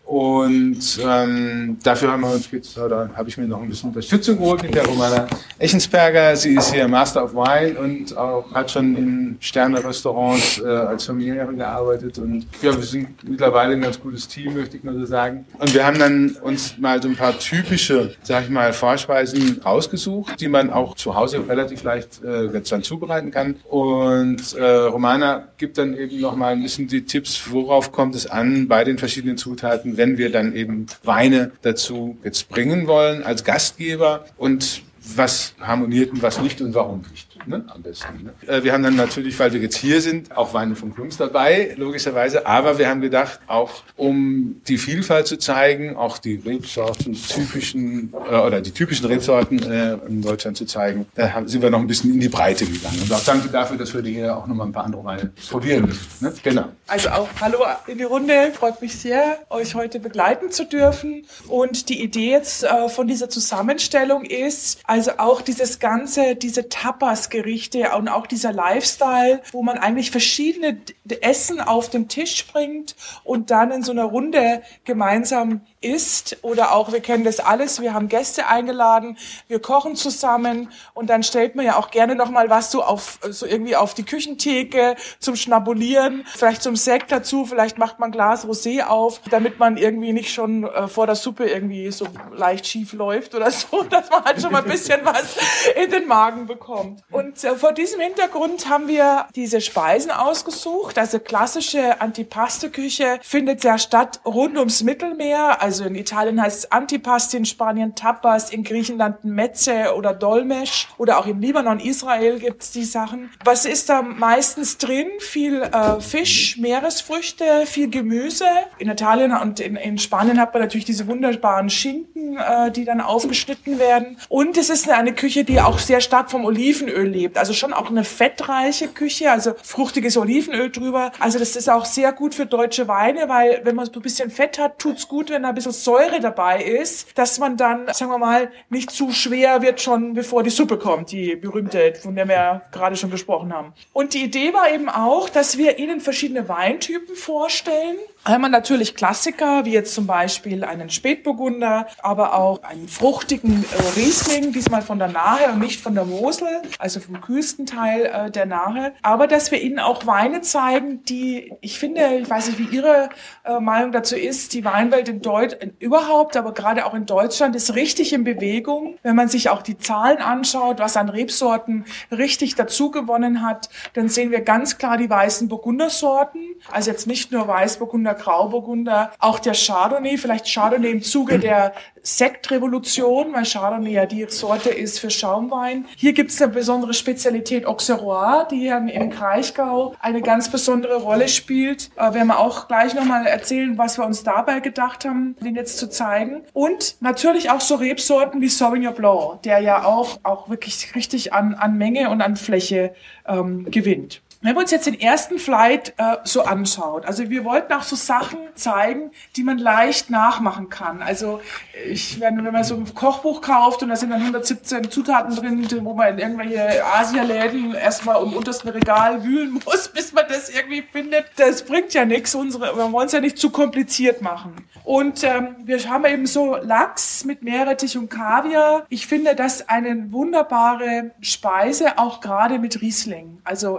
Und ähm, dafür haben wir uns jetzt, oder habe ich mir noch ein bisschen Unterstützung geholt mit der Romana Echensperger. Sie ist hier Master of Wine und auch hat schon in Sterne-Restaurants äh, als Familie gearbeitet und ja, wir sind mittlerweile ein ganz gutes Team, möchte ich mal so sagen. Und wir haben dann uns mal so ein paar typische, sag ich mal, Vorspeisen rausgesucht, die man auch zu Hause relativ leicht äh, dann zubereiten kann. Und äh, Romana gibt dann eben noch mal ein bisschen die Tipps, worauf kommt es an bei den verschiedenen Zutaten, wenn wir dann eben Weine dazu jetzt bringen wollen als Gastgeber und was harmoniert und was nicht und warum nicht. Ne? Am besten. Ne? Äh, wir haben dann natürlich, weil wir jetzt hier sind, auch Weine von Klums dabei, logischerweise. Aber wir haben gedacht, auch um die Vielfalt zu zeigen, auch die Rebsorten typischen äh, oder die typischen Rebsorten äh, in Deutschland zu zeigen, da haben, sind wir noch ein bisschen in die Breite gegangen. Und auch danke dafür, dass wir hier auch noch mal ein paar andere Weine probieren müssen. Ne? Genau. Also auch hallo in die Runde. Freut mich sehr, euch heute begleiten zu dürfen. Und die Idee jetzt äh, von dieser Zusammenstellung ist, also auch dieses ganze, diese Tapas Gerichte und auch dieser Lifestyle, wo man eigentlich verschiedene Essen auf den Tisch bringt und dann in so einer Runde gemeinsam isst. Oder auch, wir kennen das alles, wir haben Gäste eingeladen, wir kochen zusammen und dann stellt man ja auch gerne nochmal was so auf, so irgendwie auf die Küchentheke zum Schnabulieren, vielleicht zum Sekt dazu, vielleicht macht man ein Glas Rosé auf, damit man irgendwie nicht schon äh, vor der Suppe irgendwie so leicht schief läuft oder so, dass man halt schon mal ein bisschen was in den Magen bekommt. Und äh, vor diesem Hintergrund haben wir diese Speisen ausgesucht. Also klassische Antipasto-Küche findet ja statt rund ums Mittelmeer. Also in Italien heißt es Antipasti, in Spanien Tapas, in Griechenland Mezze oder Dolmesch oder auch im Libanon, Israel gibt's die Sachen. Was ist da meistens drin? Viel äh, Fisch, Meeresfrüchte, viel Gemüse. In Italien und in, in Spanien hat man natürlich diese wunderbaren Schinken, äh, die dann aufgeschnitten werden. Und es ist eine, eine Küche, die auch sehr stark vom Olivenöl lebt. Also schon auch eine fettreiche Küche, also fruchtiges Olivenöl drüber. Also das ist auch sehr gut für deutsche Weine, weil wenn man so ein bisschen Fett hat, tut's gut, wenn da ein bisschen Säure dabei ist, dass man dann, sagen wir mal, nicht zu schwer wird schon, bevor die Suppe kommt, die berühmte, von der wir ja gerade schon gesprochen haben. Und die Idee war eben auch, dass wir Ihnen verschiedene Weintypen vorstellen. Einmal natürlich Klassiker, wie jetzt zum Beispiel einen Spätburgunder, aber auch einen fruchtigen äh, Riesling, diesmal von der Nahe und nicht von der Mosel, also vom kühlsten Teil äh, der Nahe. Aber dass wir Ihnen auch Weine zeigen, die, ich finde, ich weiß nicht, wie Ihre äh, Meinung dazu ist, die Weinwelt in Deutschland überhaupt, aber gerade auch in Deutschland ist richtig in Bewegung. Wenn man sich auch die Zahlen anschaut, was an Rebsorten richtig dazu gewonnen hat, dann sehen wir ganz klar die weißen Burgundersorten, also jetzt nicht nur Weißburgunder, Grauburgunder, auch der Chardonnay, vielleicht Chardonnay im Zuge der Sektrevolution, weil Chardonnay ja die Sorte ist für Schaumwein. Hier gibt es eine besondere Spezialität Auxerrois, die hier im Kraichgau eine ganz besondere Rolle spielt. Äh, werden wir auch gleich nochmal erzählen, was wir uns dabei gedacht haben, den jetzt zu zeigen. Und natürlich auch so Rebsorten wie Sauvignon Blanc, der ja auch, auch wirklich richtig an, an Menge und an Fläche ähm, gewinnt. Wenn wir uns jetzt den ersten Flight äh, so anschaut, also wir wollten auch so Sachen zeigen, die man leicht nachmachen kann. Also ich, wenn, wenn man so ein Kochbuch kauft und da sind dann hundertsiebzehn Zutaten drin, wo man in irgendwelche Asialäden erstmal im untersten Regal wühlen muss, bis man das irgendwie findet, das bringt ja nichts. Unsere, wir wollen es ja nicht zu kompliziert machen. Und ähm, wir haben eben so Lachs mit Meerrettich und Kaviar. Ich finde das eine wunderbare Speise, auch gerade mit Riesling. Also Lachs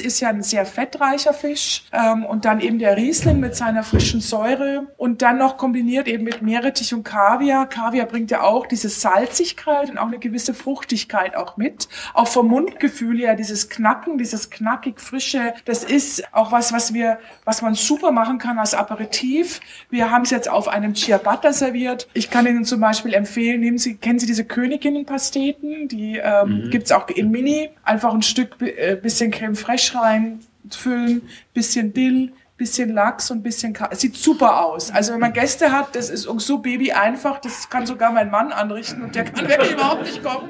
ist ja ein sehr fettreicher Fisch ähm, und dann eben der Riesling mit seiner frischen Säure und dann noch kombiniert eben mit Meerrettich und Kaviar. Kaviar bringt ja auch diese Salzigkeit und auch eine gewisse Fruchtigkeit auch mit. Auch vom Mundgefühl her, dieses Knacken, dieses knackig frische, das ist auch was, was wir, was man super machen kann als Aperitif. Wir haben es jetzt auf einem Ciabatta serviert. Ich kann Ihnen zum Beispiel empfehlen, nehmen Sie, kennen Sie diese Königinnenpasteten? Die ähm, mhm. gibt's auch in Mini. Einfach ein Stück, äh, bisschen Creme fraiche reinfüllen, bisschen Dill, bisschen Lachs und bisschen Ka- sieht super aus. Also wenn man Gäste hat, das ist so baby einfach, das kann sogar mein Mann anrichten und der kann wirklich überhaupt nicht kommen.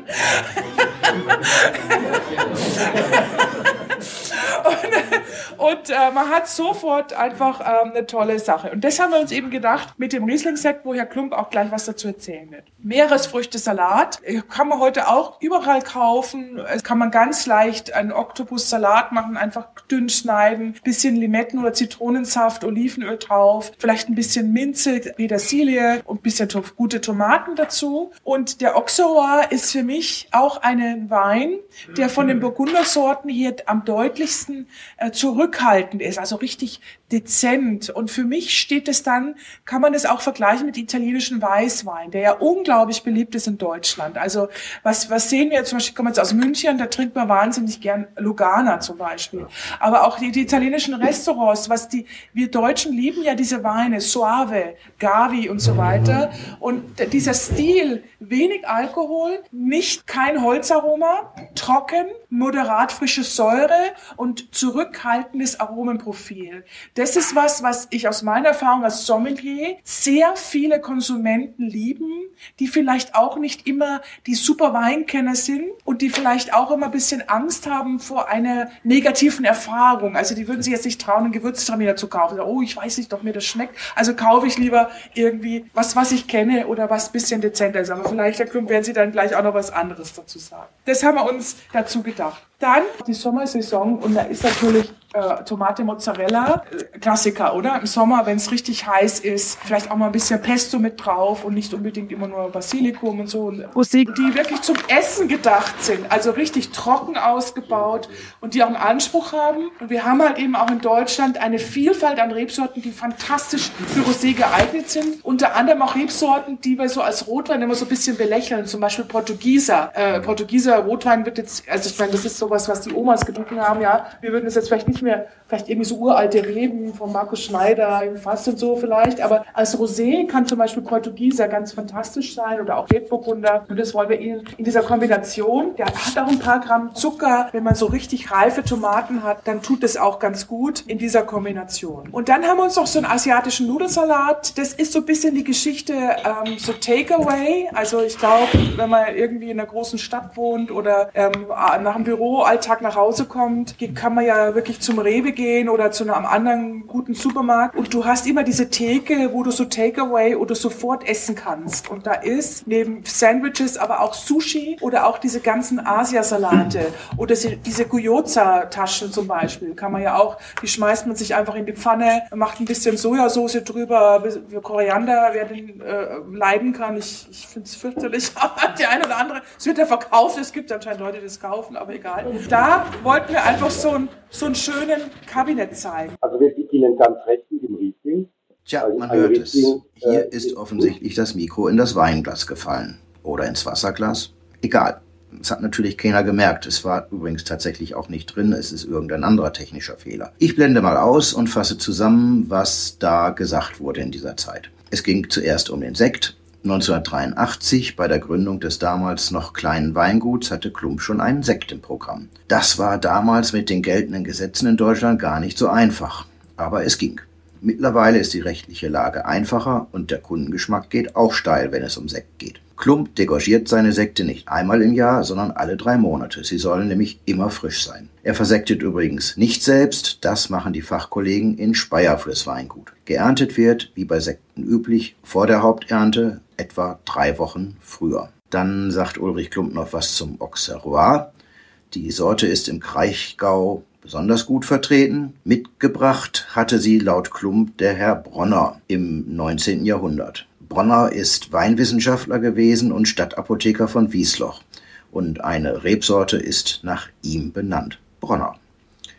Und, und äh, man hat sofort einfach ähm, eine tolle Sache. Und das haben wir uns eben gedacht mit dem Riesling-Sekt, wo Herr Klump auch gleich was dazu erzählen wird. Meeresfrüchte-Salat kann man heute auch überall kaufen. Es kann man ganz leicht einen Oktopus-Salat machen, einfach dünn schneiden, bisschen Limetten- oder Zitronensaft, Olivenöl drauf, vielleicht ein bisschen Minze, Petersilie und ein bisschen to- gute Tomaten dazu. Und der Auxerrois ist für mich auch ein Wein, der von den Burgundersorten hier am deutlichsten äh, zurückhaltend ist, also richtig dezent. Und für mich steht es dann, kann man es auch vergleichen mit italienischen Weißwein, der ja unglaublich beliebt ist in Deutschland. Also was, was sehen wir zum Beispiel, ich komme jetzt aus München, da trinkt man wahnsinnig gern Lugana zum Beispiel. Aber auch die, die italienischen Restaurants, was die, wir Deutschen lieben ja diese Weine, Soave, Gavi und so weiter. Und d- dieser Stil, wenig Alkohol, nicht kein Holzaroma, trocken, moderat frische Säure und zurückhaltendes Aromenprofil. Das ist was, was ich aus meiner Erfahrung als Sommelier sehr viele Konsumenten lieben, die vielleicht auch nicht immer die super Weinkenner sind und die vielleicht auch immer ein bisschen Angst haben vor einer negativen Erfahrung. Also die würden sich jetzt nicht trauen, einen Gewürztraminer zu kaufen. Oh, ich weiß nicht, ob mir das schmeckt. Also kaufe ich lieber irgendwie was, was ich kenne oder was ein bisschen dezenter ist. Aber vielleicht, Herr Klump, werden Sie dann gleich auch noch was anderes dazu sagen. Das haben wir uns dazu gedacht. Dann die Sommersaison und da ist natürlich äh, Tomate Mozzarella, äh, Klassiker, oder? Im Sommer, wenn es richtig heiß ist, vielleicht auch mal ein bisschen Pesto mit drauf und nicht unbedingt immer nur Basilikum und so. Und Musik, die wirklich zum Essen gedacht sind, also richtig trocken ausgebaut und die auch einen Anspruch haben. Und wir haben halt eben auch in Deutschland eine Vielfalt an Rebsorten, die fantastisch für Rosé geeignet sind. Unter anderem auch Rebsorten, die wir so als Rotwein immer so ein bisschen belächeln, zum Beispiel Portugieser. Äh, Portugieser Rotwein wird jetzt, also ich meine, das ist sowas, was die Omas getrunken haben, ja. Wir würden es jetzt vielleicht nicht mehr, vielleicht irgendwie so uralte Reben von Markus Schneider im Fass und so vielleicht, aber als Rosé kann zum Beispiel Portugieser ganz fantastisch sein oder auch Rebburgunder. Und das wollen wir Ihnen in dieser Kombination, der hat auch ein paar Gramm Zucker, wenn man so richtig reife Tomaten hat, dann tut das auch ganz gut in dieser Kombination. Und dann haben wir uns noch so einen asiatischen Nudelsalat, das ist so ein bisschen die Geschichte, ähm, so Takeaway, also ich glaube, wenn man irgendwie in einer großen Stadt wohnt oder ähm, nach dem Büroalltag nach Hause kommt, kann man ja wirklich zum Rewe gehen oder zu einem anderen guten Supermarkt und du hast immer diese Theke, wo du so Takeaway oder sofort essen kannst. Und da ist neben Sandwiches aber auch Sushi oder auch diese ganzen Asiasalate oder diese Gyoza-Taschen zum Beispiel, kann man ja auch, die schmeißt man sich einfach in die Pfanne, macht ein bisschen Sojasauce drüber, Koriander, wer den äh, leiden kann, ich, ich finde es fürchterlich, aber die eine oder andere, es wird ja verkauft, es gibt anscheinend Leute, die das kaufen, aber egal. Da wollten wir einfach so, ein, so einen schönen Kabinett zeigen. Also wir sind Ihnen ganz recht mit dem Riesling. Tja, man hört es. Hier ist offensichtlich das Mikro in das Weinglas gefallen. Oder ins Wasserglas. Egal. Es hat natürlich keiner gemerkt. Es war übrigens tatsächlich auch nicht drin. Es ist irgendein anderer technischer Fehler. Ich blende mal aus und fasse zusammen, was da gesagt wurde in dieser Zeit. Es ging zuerst um den Sekt. neunzehnhundertdreiundachtzig, bei der Gründung des damals noch kleinen Weinguts, hatte Klump schon einen Sekt im Programm. Das war damals mit den geltenden Gesetzen in Deutschland gar nicht so einfach. Aber es ging. Mittlerweile ist die rechtliche Lage einfacher und der Kundengeschmack geht auch steil, wenn es um Sekt geht. Klump degorgiert seine Sekte nicht einmal im Jahr, sondern alle drei Monate. Sie sollen nämlich immer frisch sein. Er versektet übrigens nicht selbst, das machen die Fachkollegen in Speyer fürs Weingut. Geerntet wird, wie bei Sekten üblich, vor der Haupternte, etwa drei Wochen früher. Dann sagt Ulrich Klump noch was zum Auxerrois. Die Sorte ist im Kraichgau besonders gut vertreten. Mitgebracht hatte sie laut Klump der Herr Bronner im neunzehnten Jahrhundert. Bronner ist Weinwissenschaftler gewesen und Stadtapotheker von Wiesloch. Und eine Rebsorte ist nach ihm benannt. Bronner.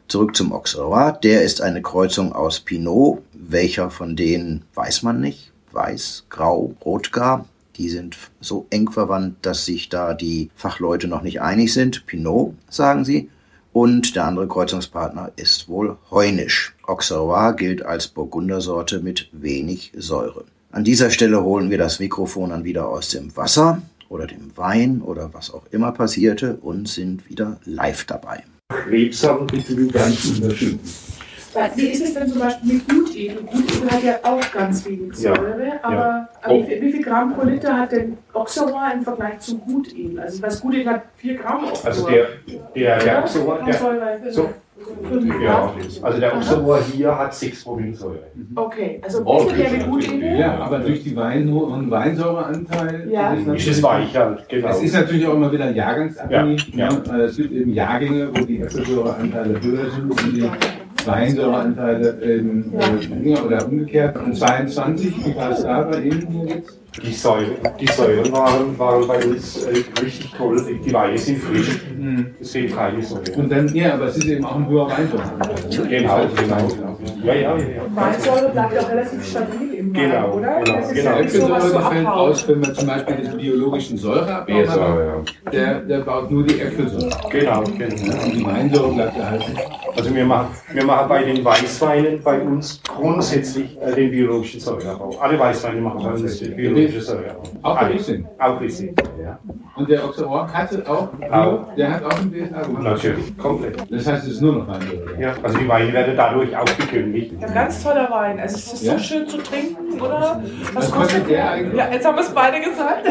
Zurück zum Auxerrois. Der ist eine Kreuzung aus Pinot. Welcher von denen weiß man nicht. Weiß, grau, rotgar. Die sind so eng verwandt, dass sich da die Fachleute noch nicht einig sind. Pinot, sagen sie. Und der andere Kreuzungspartner ist wohl Heunisch. Auxerrois gilt als Burgundersorte mit wenig Säure. An dieser Stelle holen wir das Mikrofon dann wieder aus dem Wasser oder dem Wein oder was auch immer passierte und sind wieder live dabei. Krebsam bitte ganz unterschieden. Wie ist es denn zum Beispiel mit Gutedel? Gutedel hat ja auch ganz wenig Säure, ja, aber, ja. aber wie, viel, wie viel Gramm pro Liter hat denn Auxerrois im Vergleich zu Gutedel? Also das Gutedel hat vier Gramm oft Also der, der, der Auxerrois, der, so, ja, also der Auxerrois hier hat sechs Promille Säure. Okay, also ein bisschen mehr mit Gutedel. Ja, aber durch die Wein und Weinsäureanteil ja. ist es weicher. Genau. Es ist natürlich auch immer wieder jahrgangsabhängig. Ja, ja. Ne? Es gibt eben Jahrgänge, wo die Äpfelsäureanteile höher sind und die Weinsäureanteile ähm, ja. oder umgekehrt. Und zweiundzwanzig, wie war es da bei Ihnen hier jetzt? Die Säuren, die Säuren waren, waren bei uns äh, richtig toll. Die Weine sind frisch. Mhm. Es fehlt keine Säure. Und dann, ja, aber es ist eben auch ein höherer Weinsäureanteil. Genau, genau. Ja, ja, ja. Weinsäure bleibt auch relativ stabil im Wein, genau, oder? Genau, das ist genau. Ja Äpfelsäure so fällt aus, wenn man zum Beispiel den biologischen Säureabbau hat. Ja. Der, der baut nur die Äpfelsäure. Genau, genau. Und die Weinsäure bleibt erhalten. Also wir machen, wir machen bei den Weißweinen bei uns grundsätzlich äh, den biologischen Säureabbau. Alle Weißweine machen bei uns den biologischen Säureabbau. Auch Riesling. Auch Riesling, ja. Und der Auxerrois hatte auch, auch, der hat auch ein B S A gemacht. Natürlich, komplett. Das heißt, es ist nur noch Weinsäure. Ja, also die Weine werden dadurch auch gekündigt. Ja, ganz toller Wein. Also es ist ja? so schön zu trinken, oder? Was, Was kostet der eigentlich? Ja, jetzt haben wir es beide gesagt.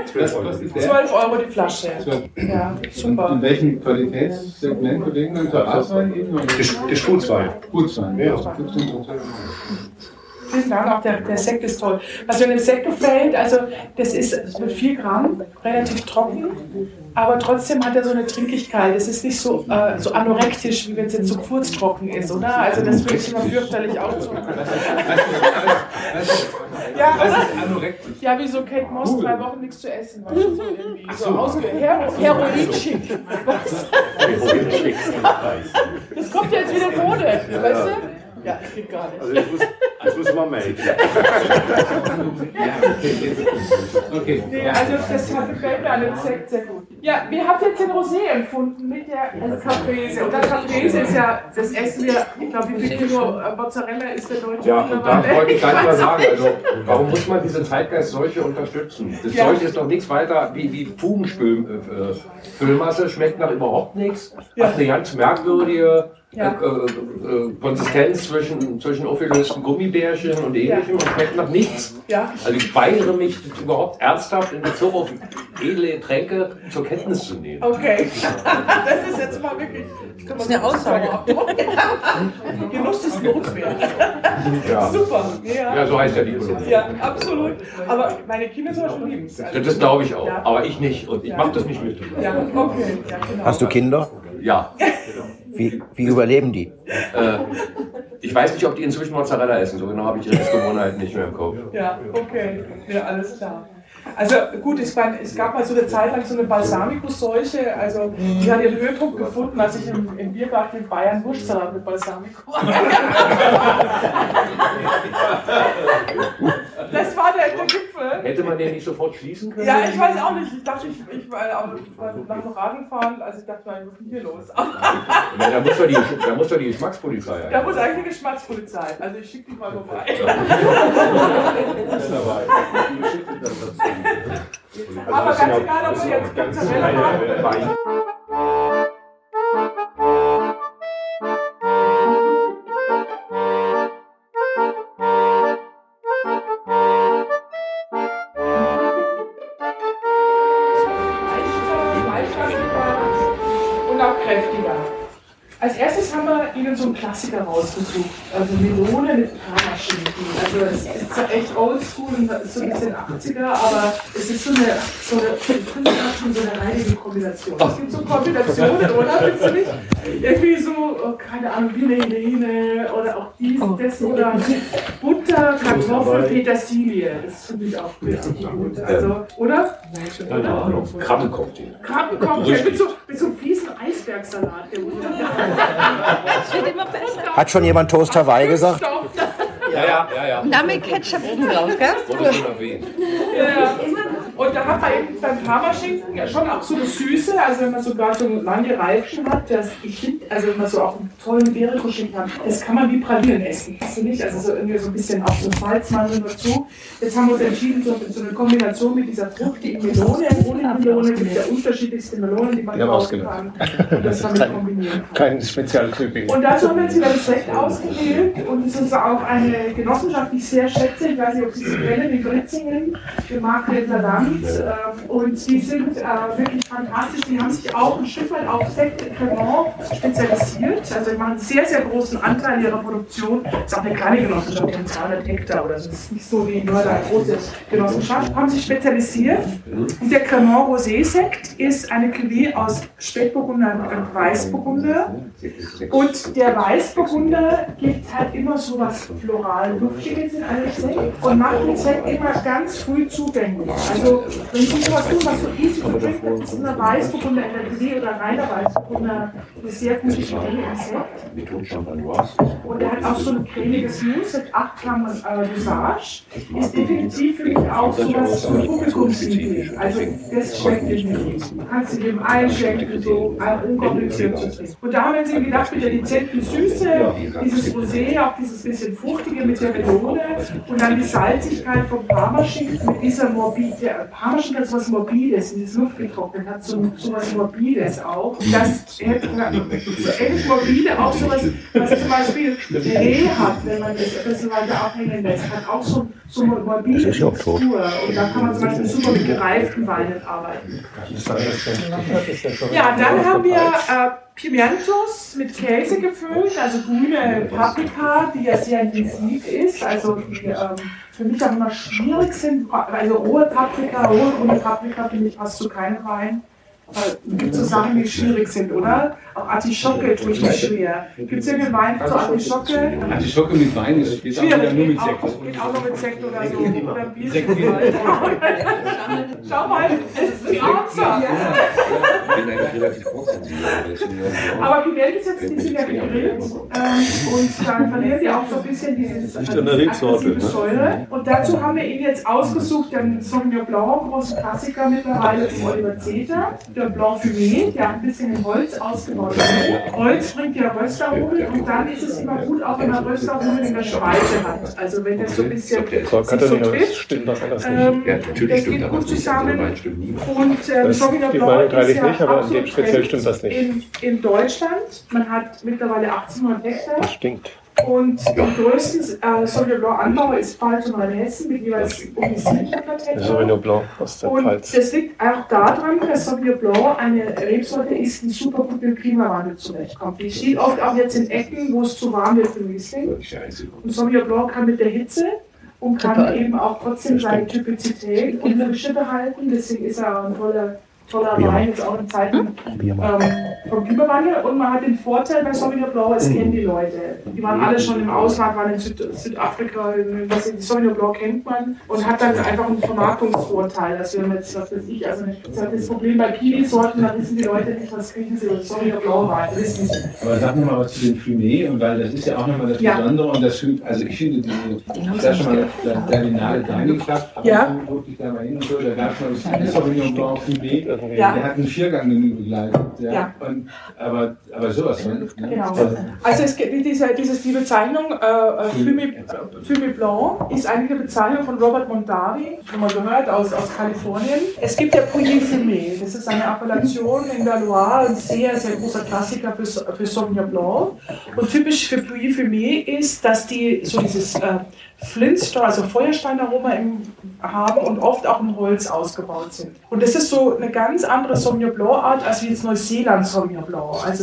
zwölf Euro die Flasche. Ja, super. Und in welchem Qualitätssegment bewegen wir uns? Weißwein eben? Das Gutswein. Gutswein, ja. Vielen Dank, auch der, der Sekt ist toll. Was mir an dem Sekt gefällt, also das ist mit vier Gramm, relativ trocken, aber trotzdem hat er so eine Trinkigkeit. Es ist nicht so, äh, so anorektisch, wie wenn es jetzt so furztrocken ist, oder? Also das finde ich immer fürchterlich auch so. Ja, was ist anorektisch? Ja, wie so Kate Moss, drei Wochen nichts zu essen. Weißt du, so irgendwie so ausge Hero Heroin-schick. Das kommt jetzt wieder Mode, weißt du? Ja, das geht gar nicht. Also das muss, das muss man melden. Okay. Nee, also das hat gefällt mir an dem Sekt sehr gut. Ja, wie habt ihr jetzt den Rosé empfunden mit der also Caprese? Und das Caprese ist ja, das essen wir, ich glaube, wie viel Kilo Mozzarella ist der deutsche? Ja, und da wollte ich gleich mal sagen, also warum muss man diese Zeitgeist-Seuche unterstützen? Das ja. Zeug ist doch nichts weiter wie, wie Fugenfüllmasse, schmeckt nach überhaupt nichts, ja. Hat eine ganz merkwürdige ja. äh, äh, Konsistenz zwischen, zwischen aufgelösten Gummibärchen und ähnlichem ja. und schmeckt nach nichts. Ja. Also ich weigere mich überhaupt ernsthaft in Bezug auf edle Getränke zur Kenntnis zu nehmen. Okay, das ist jetzt mal wirklich das ist eine Aussage. Genuss ist notwendig. Ja. Super. Ja. Ja, so heißt ja die Ökonomie. Ja, absolut. Aber meine Kinder sollen schon lieben. Also das glaube ich auch, ja. Aber ich nicht und ich ja. mache das nicht mit. Ja, okay. Ja, genau. Hast du Kinder? Ja. Wie, wie überleben die? Äh, ich weiß nicht, ob die inzwischen Mozzarella essen, so genau habe ich ihre Gewohnheit nicht mehr im Kopf. Ja, okay, ja, alles klar. Also gut, es, war, es gab mal so eine Zeit lang so eine Balsamico-Seuche, also die hat ihren Höhepunkt gefunden, als ich im, im Biergarten in Bayern Wurstsalat mit Balsamico. Das war der, der Gipfel. Hätte man den nicht sofort schließen können? Ja, ich weiß auch nicht. Ich dachte, ich, ich, war, ich war nach dem Radl fahren, also ich dachte, was ist denn hier los? Ja, da muss doch die, da muss doch die Geschmackspolizei eigentlich. Da muss eigentlich eine Geschmackspolizei. Also ich schicke dich mal vorbei. Aber ganz egal, ob wir jetzt Mozzarella haben. Als erstes haben wir Ihnen so einen Klassiker rausgesucht, also Melone mit Parmaschinken. Also es ist zwar echt oldschool und so ein bisschen achtziger, aber es ist so eine, so eine, ich finde schon so eine reinige Kombination. Es gibt so Kombinationen, oder? Findest du nicht? Irgendwie so, oh, keine Ahnung, wie eine Helene oder auch dies, das oder Butter, Kartoffel, Petersilie. Das finde ich auch richtig gut. Also, oder? Keine Ahnung, Krabbencocktail. Krabbencocktail mit so, mit so fiesen Eisbergsalat. Das wird immer besser. Hat schon jemand Toast Hawaii gesagt? Ja, ja, ja, ja. Und dann mit Ketchup oben drauf, gell? Wolltest du noch erwähnen? Ja. Und da hat man eben beim Parmaschinken ja schon auch so eine Süße, also wenn man sogar so lange Reifen hat, das, ich finde, also wenn man so auch einen tollen Beerenkuschinken hat, das kann man wie Pralinen essen, weißt du nicht? Also so irgendwie so ein bisschen auch so Salzmandeln dazu. Jetzt haben wir uns entschieden, so, so eine Kombination mit dieser fruchtigen Melone, Honigmelone, gibt ja unterschiedlichste Melonen, die man kaufen kann. Und das haben wir kombinieren kann. Kein Spezialtyping. Und dazu haben wir jetzt wieder das Recht ausgewählt und es ist auch eine Genossenschaft, die ich sehr schätze. Ich weiß nicht, ob Sie es kennen, die Britzingen, die Margret Ladant. Und die sind äh, wirklich fantastisch. Die haben sich auch ein Stück weit auf Sekt et Cremant spezialisiert. Also die machen einen sehr, sehr großen Anteil ihrer Produktion. Das ist auch eine kleine Genossenschaft, die haben zweihundert Hektar oder so. Das ist nicht so wie nur eine große Genossenschaft. Haben sich spezialisiert. Und der Cremant Rosé Sekt ist eine Cuvée aus Spätburgunder und Weißburgunder. Und der Weißburgunder gibt halt immer so was floral Luftiges in einem Sekt und macht den Sekt immer ganz früh zugänglich. Also wenn Sie sowas tun, was so easy to drink ist, ist immer Weißburgunder in der Cuvée oder reiner Weißburgunder eine sehr gute Idee im Sekt. Und er hat auch so ein cremiges Mousse mit acht Gramm äh, Dosage. Ist definitiv für mich auch sowas für Publikumsidee. Also das schmeckt dich nicht. Du kannst sie eben einschenken, so unkompliziert zu trinken. Und da haben wir uns gedacht, mit der dezenten Süße, dieses Rosé, auch dieses bisschen Fruchtige mit der Melone und dann die Salzigkeit vom Parmaschinken mit dieser morbide, der Parmaschinken hat so was Morbides, dieses Luftgetrocknet hat so, so was Morbides auch. Das hätte so ähnlich morbide, auch so was, was zum Beispiel Reh hat, wenn man das ein bisschen weiter abhängen lässt, hat auch so, so morbide Textur. Und da kann man zum Beispiel super mit gereiften Weinen arbeiten. Ja, dann haben wir äh, Pimientos mit Käse gefüllt, also grüne Paprika, die ja sehr intensiv ist, also die ähm, für mich auch immer schwierig sind. Also rohe Paprika, rohe grüne Paprika finde ich passt zu keinem Wein. Es gibt so Sachen, die schwierig sind, oder? Auch Artischocke tue ich nicht schwer. Gibt es irgendeinen Wein zur Artischocke? Artischocke mit Wein ist geht schwierig, auch nur mit Sekt. Sekt. Geht auch noch mit Sekt oder so. Oder Bier. Schau mal, es ist ein Arzer. Aber Pimientos jetzt, die sind ja gegrillt. Ähm, und dann verlieren die auch so ein bisschen dieses aggressive Säure. Und dazu haben wir ihn jetzt ausgesucht, den Sauvignon Blanc, großen Klassiker mittlerweile von Oliver Zeter. Der Blanc Fumé, der ein bisschen in Holz ausgebaut wird. Holz bringt ja Röstaromen und dann ist es immer gut, auch wenn man Röstaromen in der Speise hat. Also wenn das so ein bisschen sich so trifft, ähm, das geht gut zusammen. Und äh, Sauvignon Blanc ist ja nicht, aber auch so speziell stimmt das nicht. In, in Deutschland, man hat mittlerweile achtzehnhundert Hektar. Das stinkt. Und die größten äh, Sauvignon Blanc Anbauer ist Pfalz und Rheinhessen mit jeweils um die siebenhundert Hektar. Sauvignon Blanc aus der Pfalz. Und das liegt auch daran, dass Sauvignon Blanc eine Rebsorte ist, die super gut mit dem Klimawandel zurechtkommt. Die steht oft auch jetzt in Ecken, wo es zu warm wird für Riesling. Und Sauvignon Blanc kann mit der Hitze und kann eben auch trotzdem seine Typizität und Frische behalten. Deswegen ist er ein toller toller Wein, jetzt auch in Zeiten ähm, vom Klimawandel. Und man hat den Vorteil bei Sauvignon Blanc, es kennen die Leute. Die waren alle schon im Ausland, waren in Süd Südafrika, was, die Sauvignon Blanc kennt man und hat dann einfach einen Vermarktungsvorteil. Also wenn man jetzt, was weiß ich, also das Problem bei Kiwi-Sorten, da wissen die Leute nicht, was kriegen sie oder Sauvignon Blanc Wein, wissen sie. Aber sag nochmal was zu dem Fumé, und weil das ist ja auch nochmal das ja. Besondere und das, also ich finde, diese, ich habe schon mal das Berlinale reingeklappt, aber ja. Ich gucke ich da mal hin und so, da gab es mal das Sauvignon Blanc Fumé. Ja. Der hat einen Viergang-Menü begleitet. Ja. Ja. Und, aber, aber sowas. Ne? Genau. Also es gibt diese, dieses, die Bezeichnung äh, Fumé, Fumé Blanc ist eigentlich eine Bezeichnung von Robert Mondavi, schon mal gehört, aus, aus Kalifornien. Es gibt ja Pouilly Fumé, das ist eine Appellation in der Loire, ein sehr, sehr großer Klassiker für, für Sauvignon Blanc. Und typisch für Pouilly Fumé ist, dass die so dieses äh, Flintstone, also Feuersteinaroma im, haben und oft auch in Holz ausgebaut sind. Und das ist so eine ganz andere Sauvignon Blanc Art als wie jetzt Neuseeland Sauvignon Blanc. Also so,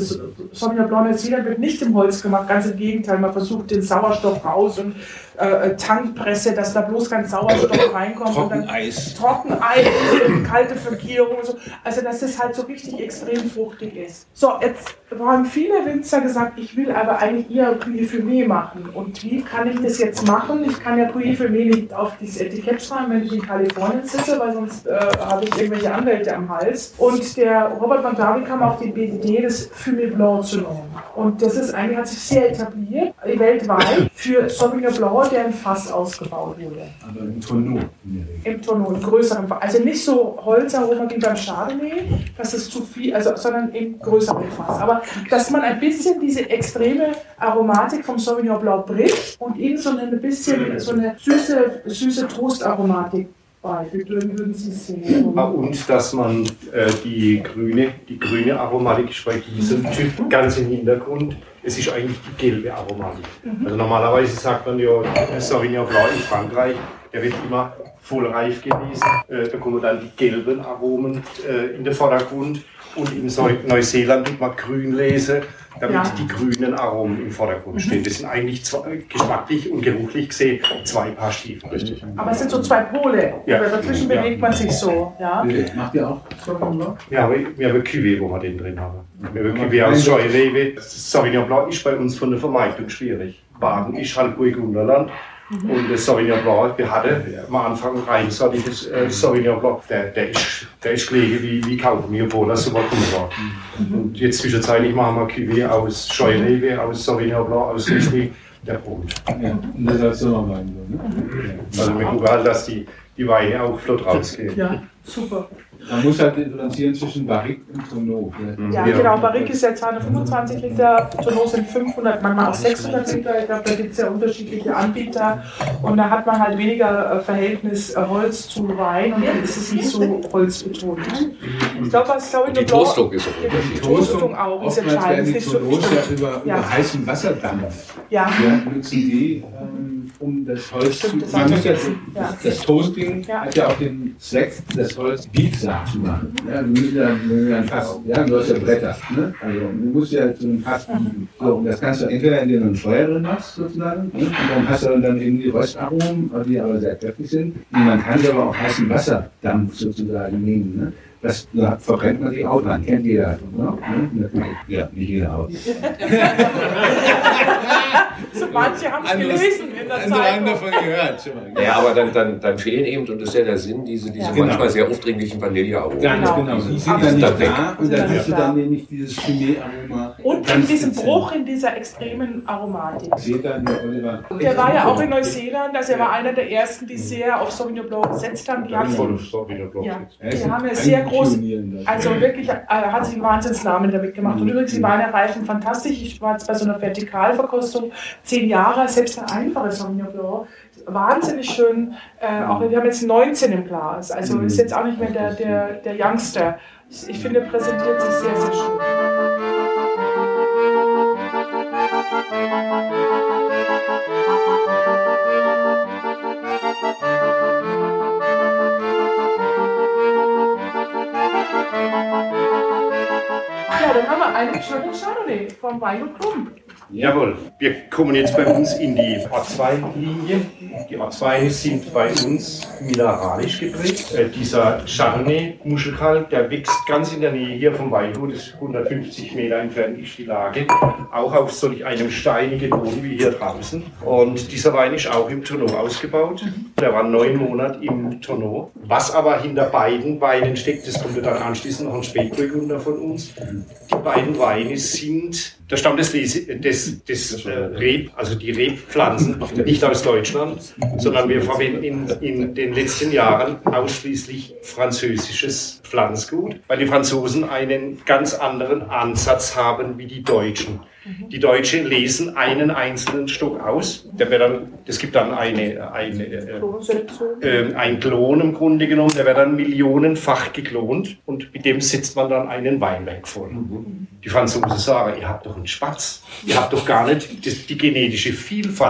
Sauvignon Blanc Neuseeland wird nicht im Holz gemacht, ganz im Gegenteil, man versucht den Sauerstoff raus und äh, Tankpresse, dass da bloß kein Sauerstoff reinkommt. Trockeneis. Trockeneis, kalte Vergierung und so. Also dass das halt so richtig extrem fruchtig ist. So, jetzt haben viele Winzer gesagt, ich will aber eigentlich eher Pouilly Fumé machen. Und wie kann ich das jetzt machen? Ich kann ja Pouilly Fumé nicht auf dieses Etikett schreiben, wenn ich in Kalifornien sitze, weil sonst äh, habe ich irgendwelche Anwälte am Hals. Und der Robert Mondavi kam auf die Idee, das Fumé Blanc zu nennen. Und das ist eigentlich, hat sich sehr etabliert, weltweit, für Sauvignon Blanc, der im Fass ausgebaut wurde. Aber im Tonneau. Im Tonneau, im größeren Fass. Also nicht so Holzaroma wie beim Chardonnay, das ist zu viel, also, sondern im größeren Fass. Aber dass man ein bisschen diese extreme Aromatik vom Sauvignon Blanc bricht und ihnen so ein bisschen so eine süße, süße Toastaromatik beifügt, würden Sie sehen. Und dass man äh, die grüne, die grüne Aromatik, ich bei diesem Typ ganz im Hintergrund, es ist eigentlich die gelbe Aromatik. Mhm. Also normalerweise sagt man ja, Sauvignon Blanc in Frankreich, der wird immer vollreif gelesen, äh, da kommen dann die gelben Aromen äh, in den Vordergrund und in Neuseeland tut man grün lesen, damit ja. die grünen Aromen im Vordergrund stehen. Das sind eigentlich zwei, geschmacklich und geruchlich gesehen zwei Paar Stiefel. Richtig. Aber es sind so zwei Pole, ja. dazwischen ja. bewegt man sich so. Ja. Macht ihr auch Sauvignon Blanc? Ja, wir haben Cuvée, wo wir den drin haben. Wir haben Cuvée aus Scheurebe. Sauvignon Blanc ist bei uns von der Vermarktung schwierig. Baden ist halt Burgunderland. Mhm. Und das Sauvignon Blanc, wir hatten am Anfang reinsortiges äh, Sauvignon Blanc, der, der ist, der ist gelegen wie, wie Kaugummi, obwohl er super gut war. Mhm. Und jetzt zwischenzeitlich machen wir Cuvée aus Scheurebe, aus Sauvignon Blanc, aus Riesling, der brummt. Ja, und das als Sommerwein so, ne? Mhm. Also wir gucken halt, dass die, die Weine auch flott rausgehen. Ja, super. Man muss halt differenzieren zwischen Barrique und Tonneau. Ja, ja, genau. Barrique ist ja zweihundertfünfundzwanzig Liter, Tonneau sind fünfhundert, manchmal auch sechshundert Liter. Ich glaube, da gibt es ja unterschiedliche Anbieter. Und da hat man halt weniger Verhältnis Holz zu Wein und dann ist es nicht so holzbetont. Ich glaube, was glaube ich die Toastung ist auch unterschiedlich. Die Toastung auch ist entscheidend. Die Tonneaus ja über, ja. über heißen Wasserdampf. Ja. Ja, nutzen die, ähm, um das Holz Stimmt, zu machen. Das, ja. das Toasting ja. hat ja auch den Zweck, das Holz biegsam zu machen. Ja, du musst ja, ja ein Fass, ja, du hast ja Bretter. Ne? Also du musst ja so ein Fass biegen. So, und das kannst du entweder, indem du ein Feuer drin machst, sozusagen, ne? Und dann hast du dann eben die Röstaromen, die aber sehr kräftig sind. Und man kann aber auch heißen Wasserdampf sozusagen nehmen. Ne? Das da verbrennt man die Autobahn, kennt jeder. Ne? Ja, nicht jeder Auto. So manche haben es gelesen in der Zeit. Andere davon gehört. Schon mal. Ja, aber dann, dann, dann fehlen eben, und das ist ja der Sinn, diese, diese ja. manchmal genau. sehr aufdringlichen Vanillearomen. Ganz genau. genau. Die sind dann nicht da und dann hast du dann nämlich dieses Fumé-Aroma. Und in diesem Bruch, in dieser extremen Aromatik. Der war ja auch in Neuseeland, also er war einer der ersten, die sehr auf Sauvignon Blanc gesetzt haben. Die haben, ja, die haben ja sehr groß, also wirklich, er hat sich einen Wahnsinnsnamen damit gemacht. Und übrigens, die Weine reifen fantastisch. Ich war jetzt bei so einer Vertikalverkostung zehn Jahre, selbst ein einfaches Sauvignon Blanc, wahnsinnig schön. Äh, auch wir haben jetzt neunzehn im Glas, also ist jetzt auch nicht mehr der, der, der Youngster. Ich, ich finde, präsentiert sich sehr, sehr schön. Ja, dann haben wir einen schönen Chardonnay vom Weingut Klum. Jawohl, wir kommen jetzt bei uns in die Ortsweinlinie. Die Ortsweine sind bei uns mineralisch geprägt. Äh, dieser Chardonnay Muschelkalk, der wächst ganz in der Nähe hier vom Weingut, das ist hundertfünfzig Meter entfernt ist die Lage, auch auf solch einem steinigen Boden wie hier draußen. Und dieser Wein ist auch im Tonneau ausgebaut. Der war neun Monate im Tonneau. Was aber hinter beiden Weinen steckt, das kommt dann anschließend noch ein Spätburgunder von uns. Die beiden Weine sind, da stammt das, das, das äh, Reb, also die Rebpflanzen, nicht aus Deutschland, sondern wir verwenden in, in den letzten Jahren ausschließlich französisches Pflanzgut, weil die Franzosen einen ganz anderen Ansatz haben wie die Deutschen. Die Deutschen lesen einen einzelnen Stock aus. Der wird dann, es gibt dann eine, eine, äh, äh, ein Klon im Grunde genommen, der wird dann millionenfach geklont und mit dem setzt man dann einen Weinberg voll. Die Franzosen sagen, ihr habt doch einen Spatz, ihr habt doch gar nicht die, die genetische Vielfalt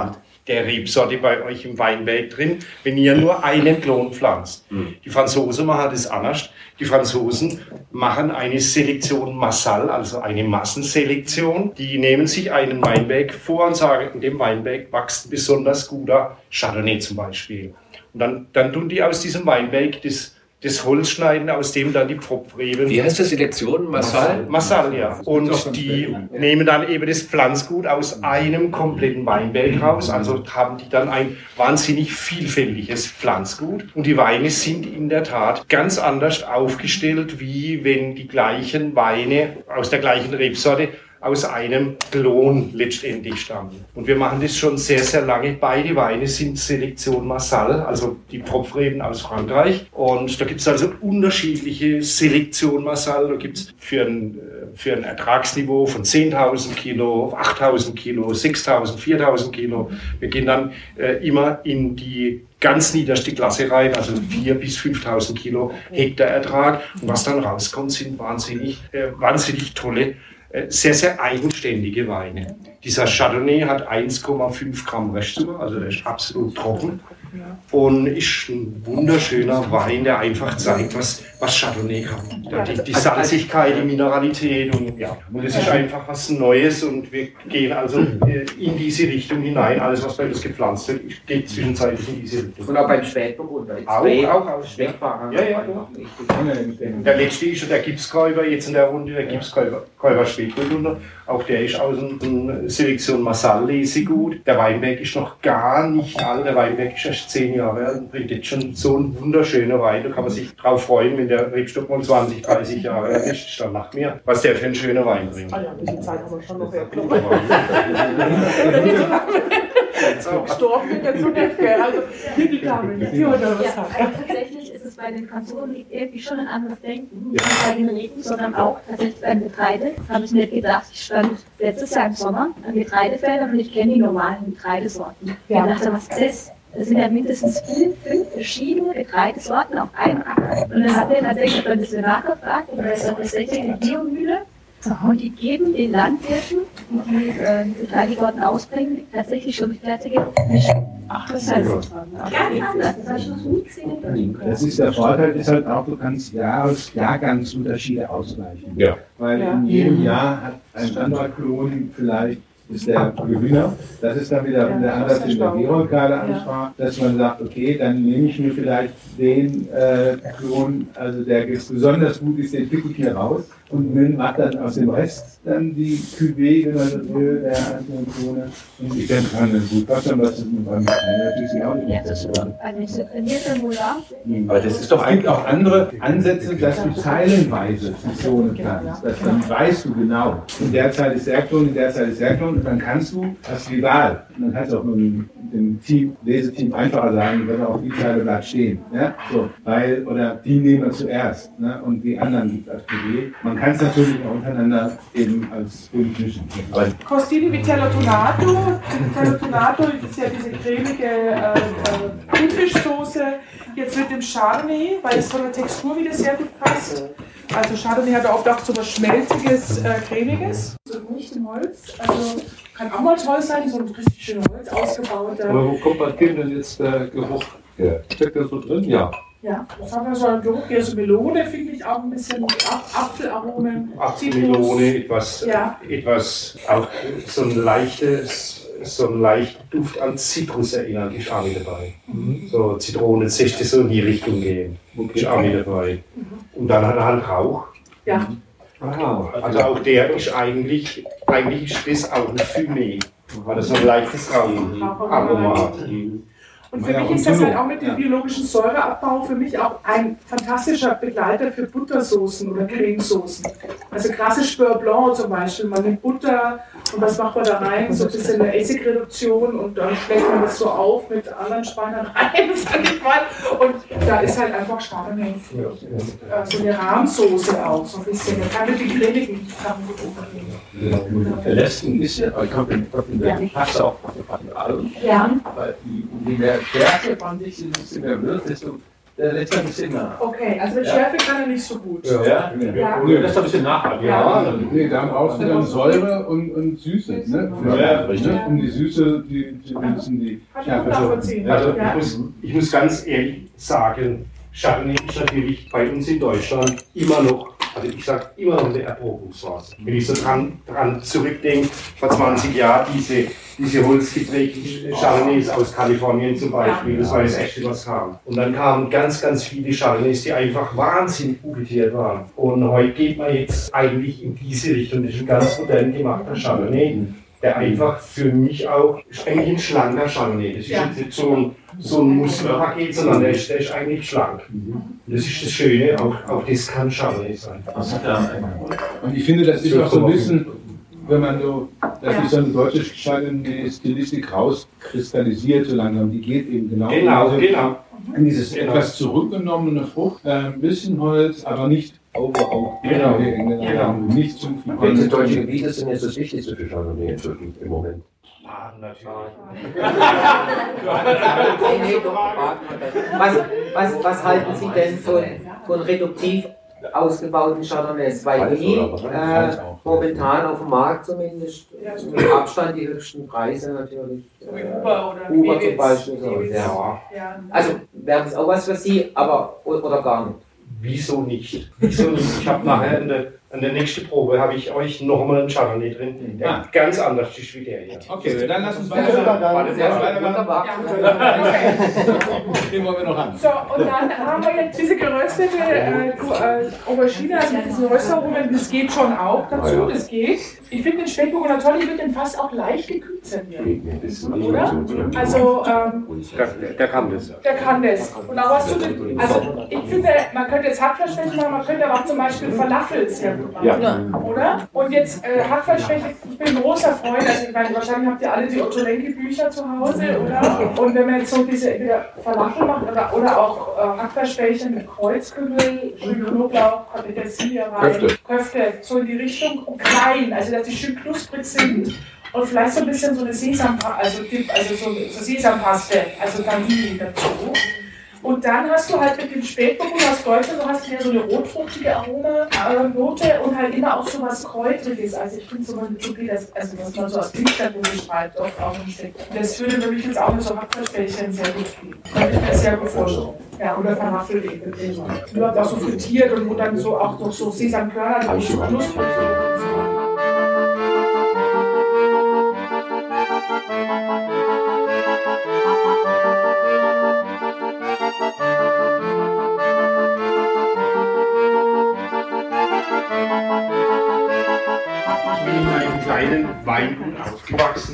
der Rebsorte bei euch im Weinberg drin, wenn ihr nur einen Klon pflanzt. Mhm. Die Franzosen machen das anders. Die Franzosen machen eine Selektion Massal, also eine Massenselektion. Die nehmen sich einen Weinberg vor und sagen, in dem Weinberg wächst ein besonders guter Chardonnay zum Beispiel. Und dann, dann tun die aus diesem Weinberg das das Holz schneiden, aus dem dann die Pfropfreben... Wie heißt das, Selektion? Massal? Massal, ja. Und die nehmen dann eben das Pflanzgut aus einem kompletten Weinberg raus, also haben die dann ein wahnsinnig vielfältiges Pflanzgut. Und die Weine sind in der Tat ganz anders aufgestellt, wie wenn die gleichen Weine aus der gleichen Rebsorte aus einem Klon letztendlich stammen. Und wir machen das schon sehr, sehr lange. Beide Weine sind Selektion Massal, also die Pfropfreben aus Frankreich. Und da gibt es also unterschiedliche Selektion Massal. Da gibt es für ein, für ein Ertragsniveau von zehntausend Kilo, achttausend Kilo, sechstausend, viertausend Kilo. Wir gehen dann äh, immer in die ganz niederste Klasse rein, also viertausend bis fünftausend Kilo Hektar Ertrag. Und was dann rauskommt, sind wahnsinnig, äh, wahnsinnig tolle, sehr, sehr eigenständige Weine. Dieser Chardonnay hat eins Komma fünf Gramm Restzucker, also der ist absolut trocken und ist ein wunderschöner Wein, der einfach zeigt, was, was Chardonnay kann. Die, die Salzigkeit, die Mineralität und ja, und es ist einfach was Neues und wir gehen also in diese Richtung hinein. Alles, was bei uns gepflanzt wird, geht zwischenzeitlich in diese Richtung. Und auch beim Spätburgunder. Auch, auch, auch. Spätburgunder. Ja, ja, ja. Der letzte ist schon der Gipskäuber, jetzt in der Runde der Gipskäuber Spätburgunder. Auch der ist aus einer Selektion Massal Lesegut. Der Weinberg ist noch gar nicht alt. Der Weinberg ist erst zehn Jahre alt und bringt jetzt schon so einen wunderschönen Wein. Da kann man sich drauf freuen, wenn der Rebstock mal zwanzig, dreißig Jahre alt ist. Dann macht mir, was der für einen schönen Wein bringt. Ah ja, ein bisschen Zeit haben wir schon noch hergenommen. Gestorben in der Zukunft, also die Dame, die oder was ja, also tatsächlich ist es bei den Franzosen irgendwie schon ein anderes Denken, nicht nur bei den Reben, sondern auch tatsächlich beim Getreide. Das habe ich nicht gedacht. Ich stand letztes Jahr im Sommer an Getreidefeldern und ich kenne die normalen Getreidesorten. Ja. Ich dachte, was ist das? Das sind ja mindestens fünf, fünf verschiedene Getreidesorten auf einem Acker. Und dann hat er tatsächlich ein bisschen nachgefragt und da ist auch tatsächlich eine Biomühle. Und die geben den Landwirten, die äh, die Getreidesorten ausbringen, tatsächlich schon fertige Mischung. Ach, das heißt ganz anders. Das habe ich noch nie gesehen. Das ist der Vorteil, ist halt auch, du kannst Jahres, Jahrgangsunterschiede ausgleichen. Ja. Weil ja. in jedem Jahr hat ein anderer Klon vielleicht ist der Gewinner. Das ist dann wieder ja, der Ansatz, den der Georg gerade ansprach, ja. dass man sagt, okay, dann nehme ich mir vielleicht den äh, Klon, also der jetzt besonders gut ist, den pick ich mir raus und mache dann aus dem Rest dann die Cuvée oder Öl der einzelnen Klone. Und ich denke, kann das gut passen, was das beim Kleinen natürlich auch nicht besser ist. Aber das ist doch eigentlich auch andere Ansätze, dass du zeilenweise die Klone kannst. Dass dann weißt du genau, in der Zeit ist der Klon, in der Zeit ist der Klon. Und dann kannst du, hast du die Wahl. Und dann kannst du auch mit dem Team, Leseteam einfacher sagen, wenn auf die Zeile bleibt stehen. Ja? So, weil, oder die nehmen wir zuerst. Ne? Und die anderen gibt als Cuvée. Man kann es natürlich auch untereinander eben als Bild mischen. Costini Vitello Tonato. Vitello Tonato ist ja diese cremige äh, äh, Thunfischsoße. Jetzt mit dem Chardonnay, weil es von der Textur wieder sehr gut passt. Also Chardonnay hat oft auch so was Schmelziges, äh, Cremiges. So nicht im Holz. Also kann auch mal toll sein, so ein richtig schönes Holz ausgebaut. Aber wo kommt bei Kindern jetzt der Geruch her? Steckt der so drin? Ja. Ja, das haben wir so einen Geruch hier, so Melone finde ich auch ein bisschen, Apfelaromen, Apfelmelone, etwas, ja. etwas, auch so ein leichtes, so ein leichter Duft an Zitrus erinnert, ist auch mit dabei. Mhm. So Zitronensäfte so in die Richtung gehen, ist auch mit dabei. Mhm. Und dann hat er halt Rauch. Ja. Aha. Also auch der ist eigentlich, eigentlich ist das auch ein Fumé, weil das so ein leichtes Raucharomat. Mhm. Und für ja, mich ist das halt auch mit dem ja. biologischen Säureabbau für mich auch ein fantastischer Begleiter für Buttersoßen oder Cremesoßen. Also klassisch Beurre Blanc zum Beispiel, man nimmt Butter und was macht man da rein? So ein bisschen eine Essigreduktion und dann schlägt man das so auf mit anderen Spannern rein, sag ich mal. Und da ist halt einfach Chardonnay. Ja. So eine Rahmsoße auch, so ein bisschen. Man kann mit den cremigen Sachen gut umgehen. Der letzte ein bisschen, aber ich glaube, in der passt auch auf allem. Ja. Weil je mehr Stärke fand ich, desto mehr wird, desto Der lässt ein bisschen nach. Okay, also mit ja. Schärfe kann er nicht so gut. Ja, ja. ja. ja. Der lässt ein bisschen nach. Ja, ja. Nee, da brauchst du dann Säure und, und Süße. Ne? Ja, ja, richtig. Ja. Um die Süße, die, die müssen die Schärfe nachvollziehen. Also ja. ich, muss, ich muss ganz ehrlich sagen, Chardonnay ist natürlich bei uns in Deutschland immer noch, also ich sage immer noch in der Erprobungsphase. Wenn ich so dran, dran zurückdenke, vor zwanzig Jahren, diese, diese holzgeprägten Chardonnays aus Kalifornien zum Beispiel, das war das Erste, was kam. Und dann kamen ganz, ganz viele Chardonnays, die einfach wahnsinnig buchetiert waren. Und heute geht man jetzt eigentlich in diese Richtung. Das ist ein ganz modern gemachter Chardonnay, der einfach für mich auch, ist eigentlich ein schlanker Chardonnay. Das ist ja. jetzt nicht so ein, so ein Muskelpaket, sondern der ist, der ist eigentlich schlank. Und das ist das Schöne, auch, auch das kann Chardonnay sein. Und ich finde, das ist auch so ein bisschen, wenn man so, dass sich so eine deutsche Chardonnay-Stilistik rauskristallisiert, so langsam, die geht eben genau. Genau, in genau. In dieses genau. etwas zurückgenommene Frucht, äh, ein bisschen Holz, aber nicht overall. Genau. genau. Nicht zu viel. Welche deutsche Gebiete sind jetzt das Wichtigste für Chardonnay im Moment? Ah, natürlich. was, was, was halten Sie denn von, von reduktiv ausgebauten Chardonnays? Weil die äh, momentan auf dem Markt zumindest mit Abstand die höchsten Preise natürlich. Äh, Uber oder Uber zum Beispiel. So. Ja. Ja. Also wäre das auch was für Sie, aber oder gar nicht? Wieso nicht? Wieso nicht? Ich habe nachher in der, in der nächsten Probe habe ich euch nochmal einen Chardonnay drin, der ah. ganz anders ist wie der hier. Okay, dann lass uns weiter. Warte, wunderbar. Den wollen wir noch an. So, und dann haben wir jetzt diese geröstete äh, Aubergine, also mit diesen Röstaromen, das geht schon auch dazu, das geht. Ich finde den Spätburgunder toll, ich würde den fast auch leicht gekühlt servieren. Oder? Also, ähm, der, der kann das. Der kann das. Und auch was zu den, also ich finde, man könnte jetzt Hackfleischschwäche machen, man könnte aber auch zum Beispiel Falafel sehr gut machen. Ja. Oder? Und jetzt äh, Hackfleischschwäche, ich bin ein großer Freund, also ich meine, wahrscheinlich habt ihr alle die Otto Lenki-Bücher zu Hause, oder? Und wenn man jetzt so diese entweder Falafel macht oder, oder auch äh, Hackfleischbällchen mit Kreuzkümmel, Knoblauch, Petersilie rein, Köfte. Köfte, so in die Richtung, und klein, also dass die schön knusprig sind. Und vielleicht so ein bisschen so eine Sesampaste, also, also so, so Sesampaste, also Vanille dazu. Und dann hast du halt mit dem Spätburgunder aus Deutschland, du hast wieder so eine rotfruchtige Aroma-Note und halt immer auch so was Kräutriges. Also ich finde so, man so viel, das, also was man so aus Hintergrund schreibt, doch auch ein Stück. Das würde für mich jetzt auch mit so Hackfleischbällchen sehr gut gehen. Könnte ich mir sehr gut vorstellen. Ja, oder Falafel eben. Überhaupt auch so frittiert und wo dann so auch noch so Sesamkörner, die so knusprig sind. Kleinen Weingut aufgewachsen.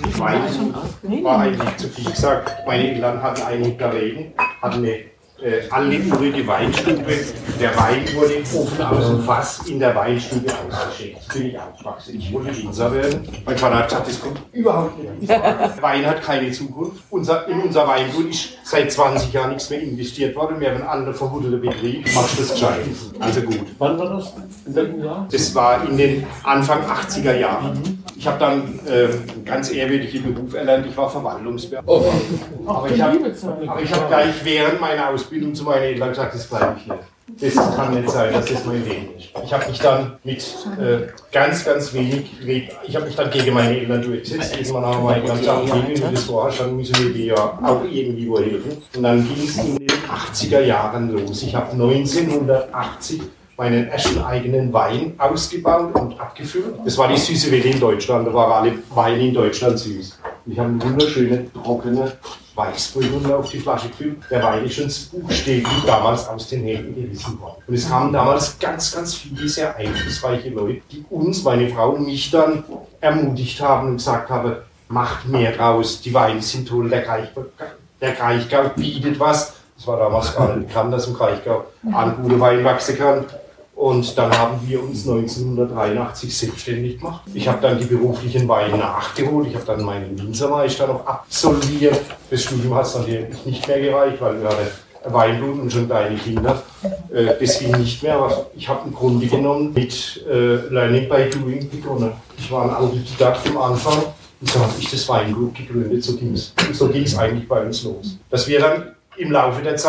Wein war eigentlich zu viel gesagt. Meine Eltern hatten einen Hektar Regen, hatten eine äh, allnäpfige Weinstube. Der Wein wurde im Ofen aus dem Fass in der Weinstube ausgeschenkt. So bin ich aufgewachsen. Ich wollte Winzer werden. Mein Vater hat gesagt, das kommt überhaupt nicht in Frage. Wein hat keine Zukunft. Unser, in unser Weingut ist seit zwanzig Jahren nichts mehr investiert worden. Wir haben einen anderen verwudelten Betrieb. Machst das gescheit. Also gut. Wann war das? In welchem Jahr? Das war in den Anfang achtziger Jahren. Ich habe dann äh, einen ganz ehrwürdigen Beruf erlernt. Ich war Verwaltungsbeamter. Oh. Aber ich habe hab gleich während meiner Ausbildung zu meinen Eltern gesagt, das bleibe ich nicht. Das kann nicht sein, dass das mein Leben ist. Ich habe mich dann mit äh, ganz, ganz wenig, ich habe mich dann gegen meine Eltern durchgesetzt. Irgendwann haben meine Eltern gesagt, wenn du das vorhast, dann müssen wir dir ja auch irgendwie wo helfen. Und dann ging es in den achtziger Jahren los. Ich habe neunzehnhundertachtzig meinen ersten eigenen Wein ausgebaut und abgefüllt. Das war die süße Welle in Deutschland, da waren alle Weine in Deutschland süß. Und ich habe eine wunderschöne, trockene Weißburgunder auf die Flasche gefüllt. Der Wein ist uns buchstäblich damals aus den Händen gerissen worden. Und es kamen damals ganz, ganz viele sehr einflussreiche Leute, die uns, meine Frau und mich dann ermutigt haben und gesagt haben, macht mehr draus, die Weine sind toll, der Kraichgau, der Kraichgau bietet was. Das war damals gar nicht bekannt, dass im Kraichgau an gute Wein wachsen kann. Und dann haben wir uns neunzehnhundertdreiundachtzig selbstständig gemacht. Ich habe dann die beruflichen Weine nachgeholt. Ich habe dann meinen Winzermeister noch absolviert. Das Studium hat es natürlich nicht mehr gereicht, weil wir hatten Weinblut und schon kleine Kinder. Äh, das ging nicht mehr. Aber ich habe im Grunde genommen mit äh, Learning by Doing begonnen. Ich war ein Autodidakt am Anfang und so habe ich das Weingut gegründet. So ging es so ging's eigentlich bei uns los. Dass wir dann im Laufe der Zeit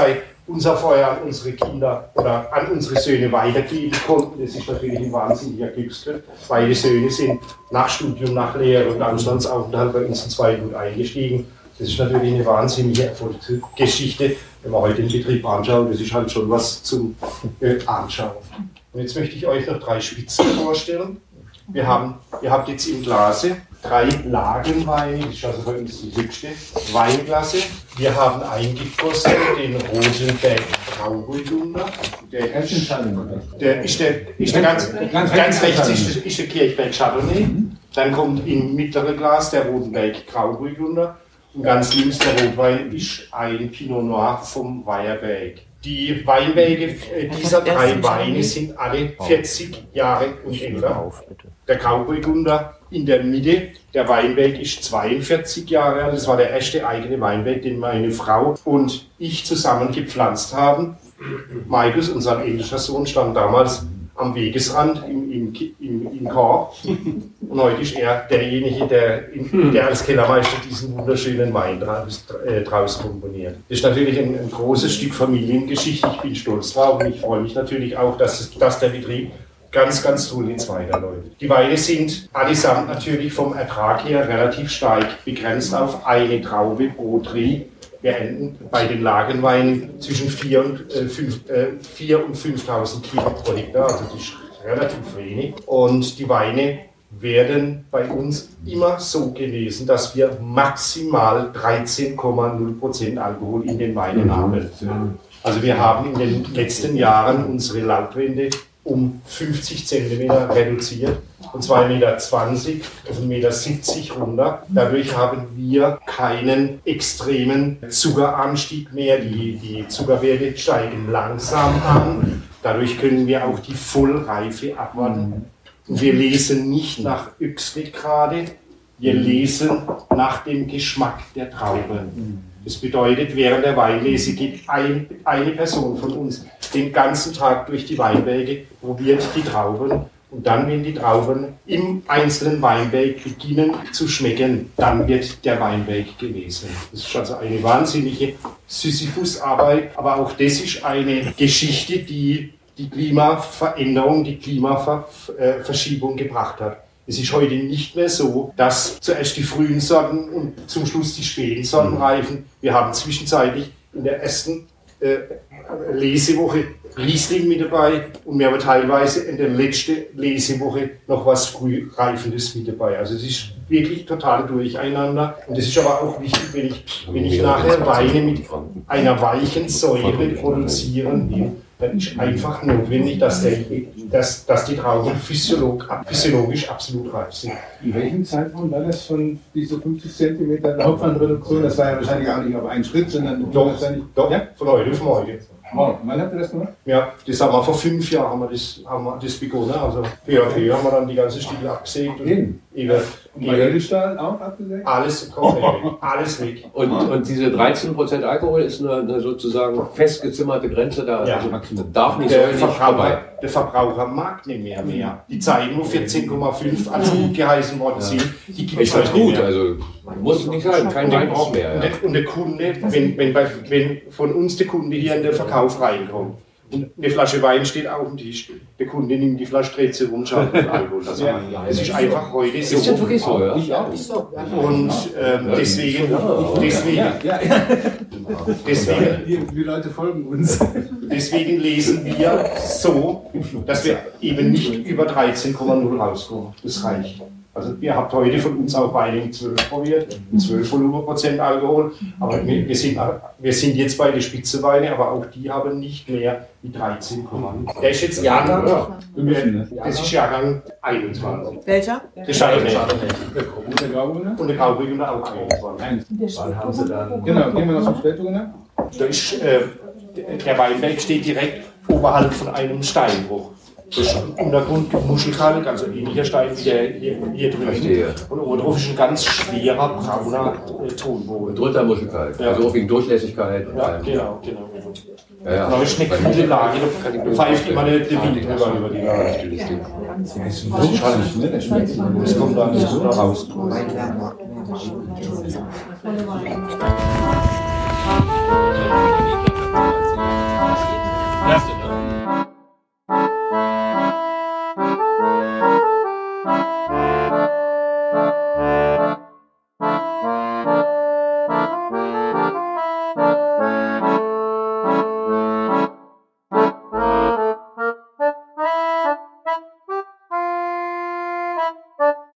unser Feuer an unsere Kinder oder an unsere Söhne weitergeben konnten. Das ist natürlich ein wahnsinniger Glücksgriff. Beide Söhne sind nach Studium, nach Lehre und Auslandsaufenthalt bei uns in Zweigut eingestiegen. Das ist natürlich eine wahnsinnige Erfolgsgeschichte, wenn man heute den Betrieb anschaut. Das ist halt schon was zum äh, Anschauen. Und jetzt möchte ich euch noch drei Spitzen vorstellen. Wir haben, ihr habt jetzt im Glase drei Lagenweine, das ist also bei uns die höchste Weinklasse. Wir haben eingegossen den Rosenberg Grauburgunder. Der, der ist der, ist der ganz, ganz, ganz rechts ist, ist der Kirchberg Chardonnay. Dann kommt im mittleren Glas der Rosenberg Grauburgunder. Und ganz links der Rotwein ist ein Pinot Noir vom Weyerberg. Die Weinberge dieser drei Weine sind alle vierzig Jahre und älter. Der Grauburgunder in der Mitte, der Weinberg ist zweiundvierzig Jahre alt. Das war der erste eigene Weinberg, den meine Frau und ich zusammen gepflanzt haben. Markus, unser ältester Sohn, stand damals am Wegesrand im, im, im, im Korb. Und heute ist er derjenige, der, in, der als Kellermeister diesen wunderschönen Wein draus, äh, draus komponiert. Das ist natürlich ein, ein großes Stück Familiengeschichte. Ich bin stolz drauf und ich freue mich natürlich auch, dass, dass der Betrieb ganz, ganz toll jetzt weiterläuft. Die Weine sind allesamt natürlich vom Ertrag her relativ stark begrenzt auf eine Traube pro Dreh. Wir enden bei den Lagenweinen zwischen vier und fünftausend Kilo pro Hektar, also das ist relativ wenig. Und die Weine werden bei uns immer so gewesen, dass wir maximal dreizehn Komma null Prozent Alkohol in den Weinen haben. Also wir haben in den letzten Jahren unsere Laubwände um fünfzig Zentimeter reduziert, von zwei Komma zwanzig Meter auf ein Komma siebzig Meter runter. Dadurch haben wir keinen extremen Zuckeranstieg mehr. Die, die Zuckerwerte steigen langsam an. Dadurch können wir auch die Vollreife abwarten. Und wir lesen nicht nach Öxlegrade, wir lesen nach dem Geschmack der Traube. Das bedeutet, während der Weinlese geht ein, eine Person von uns den ganzen Tag durch die Weinberge, probiert die Trauben und dann, wenn die Trauben im einzelnen Weinberg beginnen zu schmecken, dann wird der Weinberg gelesen. Das ist also eine wahnsinnige Sisyphusarbeit, aber auch das ist eine Geschichte, die die Klimaveränderung, die Klimaverschiebung gebracht hat. Es ist heute nicht mehr so, dass zuerst die frühen Sorten und zum Schluss die späten Sorten reifen. Wir haben zwischenzeitlich in der ersten äh, Lesewoche Riesling mit dabei und wir haben teilweise in der letzten Lesewoche noch was Frühreifendes mit dabei. Also es ist wirklich total durcheinander. Und es ist aber auch wichtig, wenn ich, wenn ich nachher Weine mit einer weichen Säure produzieren will, dann ist einfach notwendig, dass, der, dass, dass die Trauben physiolog, physiologisch absolut reif sind. In welchem Zeitraum war das von dieser fünfzig Zentimeter Laubwandreduktion? Das war ja wahrscheinlich auch nicht auf einen Schritt, sondern doch, wahrscheinlich, doch ja? Von heute auf morgen. Oh, wann habt ihr das gemacht? Ja, das haben wir vor fünf Jahren haben wir das, haben wir das begonnen. Also P H P haben wir dann die ganze Stiegel abgesägt. Und eben. Und bei Edelstahl auch abgesägt? Alles komplett weg. Alles weg. Und, und diese dreizehn Prozent Alkohol ist eine, eine sozusagen festgezimmerte Grenze da. Ja. Also darf nicht der, so Verbraucher, der Verbraucher mag nicht mehr mehr. Die Zeiten, wo vierzehn Komma fünf als gut geheißen worden sind, die gibt es halt gut. Mehr. Also muss es nicht sein. Kein Wein braucht mehr. Und, ja. der, und der Kunde, wenn, wenn, bei, wenn von uns der Kunde hier in den Verkauf reinkommt, und eine Flasche Wein steht auf dem Tisch. Der Kunde nimmt die Flasche, dreht sie rum und schaut auf Alkohol. Also, ja, es ist einfach heute so. Ist das wirklich so? Ja? Ich auch. Und ähm, deswegen, deswegen, ja, ja, ja. deswegen, die, die Leute folgen uns. Deswegen lesen wir so, dass wir eben nicht über dreizehn Komma null rauskommen. Das reicht. Also ihr habt heute von uns auch Weine mit zwölf probiert, mit zwölf Volumenprozent Alkohol, aber wir, wir, sind, wir sind jetzt bei den Spitzenweine, aber auch die haben nicht mehr wie dreizehn Komma null. Der ist jetzt Jahrgang, ja. Das ist Jahrgang einundzwanzig. Welcher? Der Chardonnay. Und der Grauburgunder? Und der Grauburgunder auch einundzwanzig. Wann haben Sie dann? Genau, gehen wir noch zum Spätburgunder. Da ist, äh, der Weinberg steht direkt oberhalb von einem Steinbruch. Das ist im Untergrund Muschelkalk, also ähnlicher Stein wie der hier, hier drüben. Und oben drauf ist ein ganz schwerer, brauner äh, Tonboden. Drunter Muschelkalk, ja. Also auch wegen Durchlässigkeit. Ja, genau, genau. Ja, ja. Da ist eine coole Lage, da pfeift immer der Wind drüber über die Lage. Das kommt da nicht so raus. Thank you.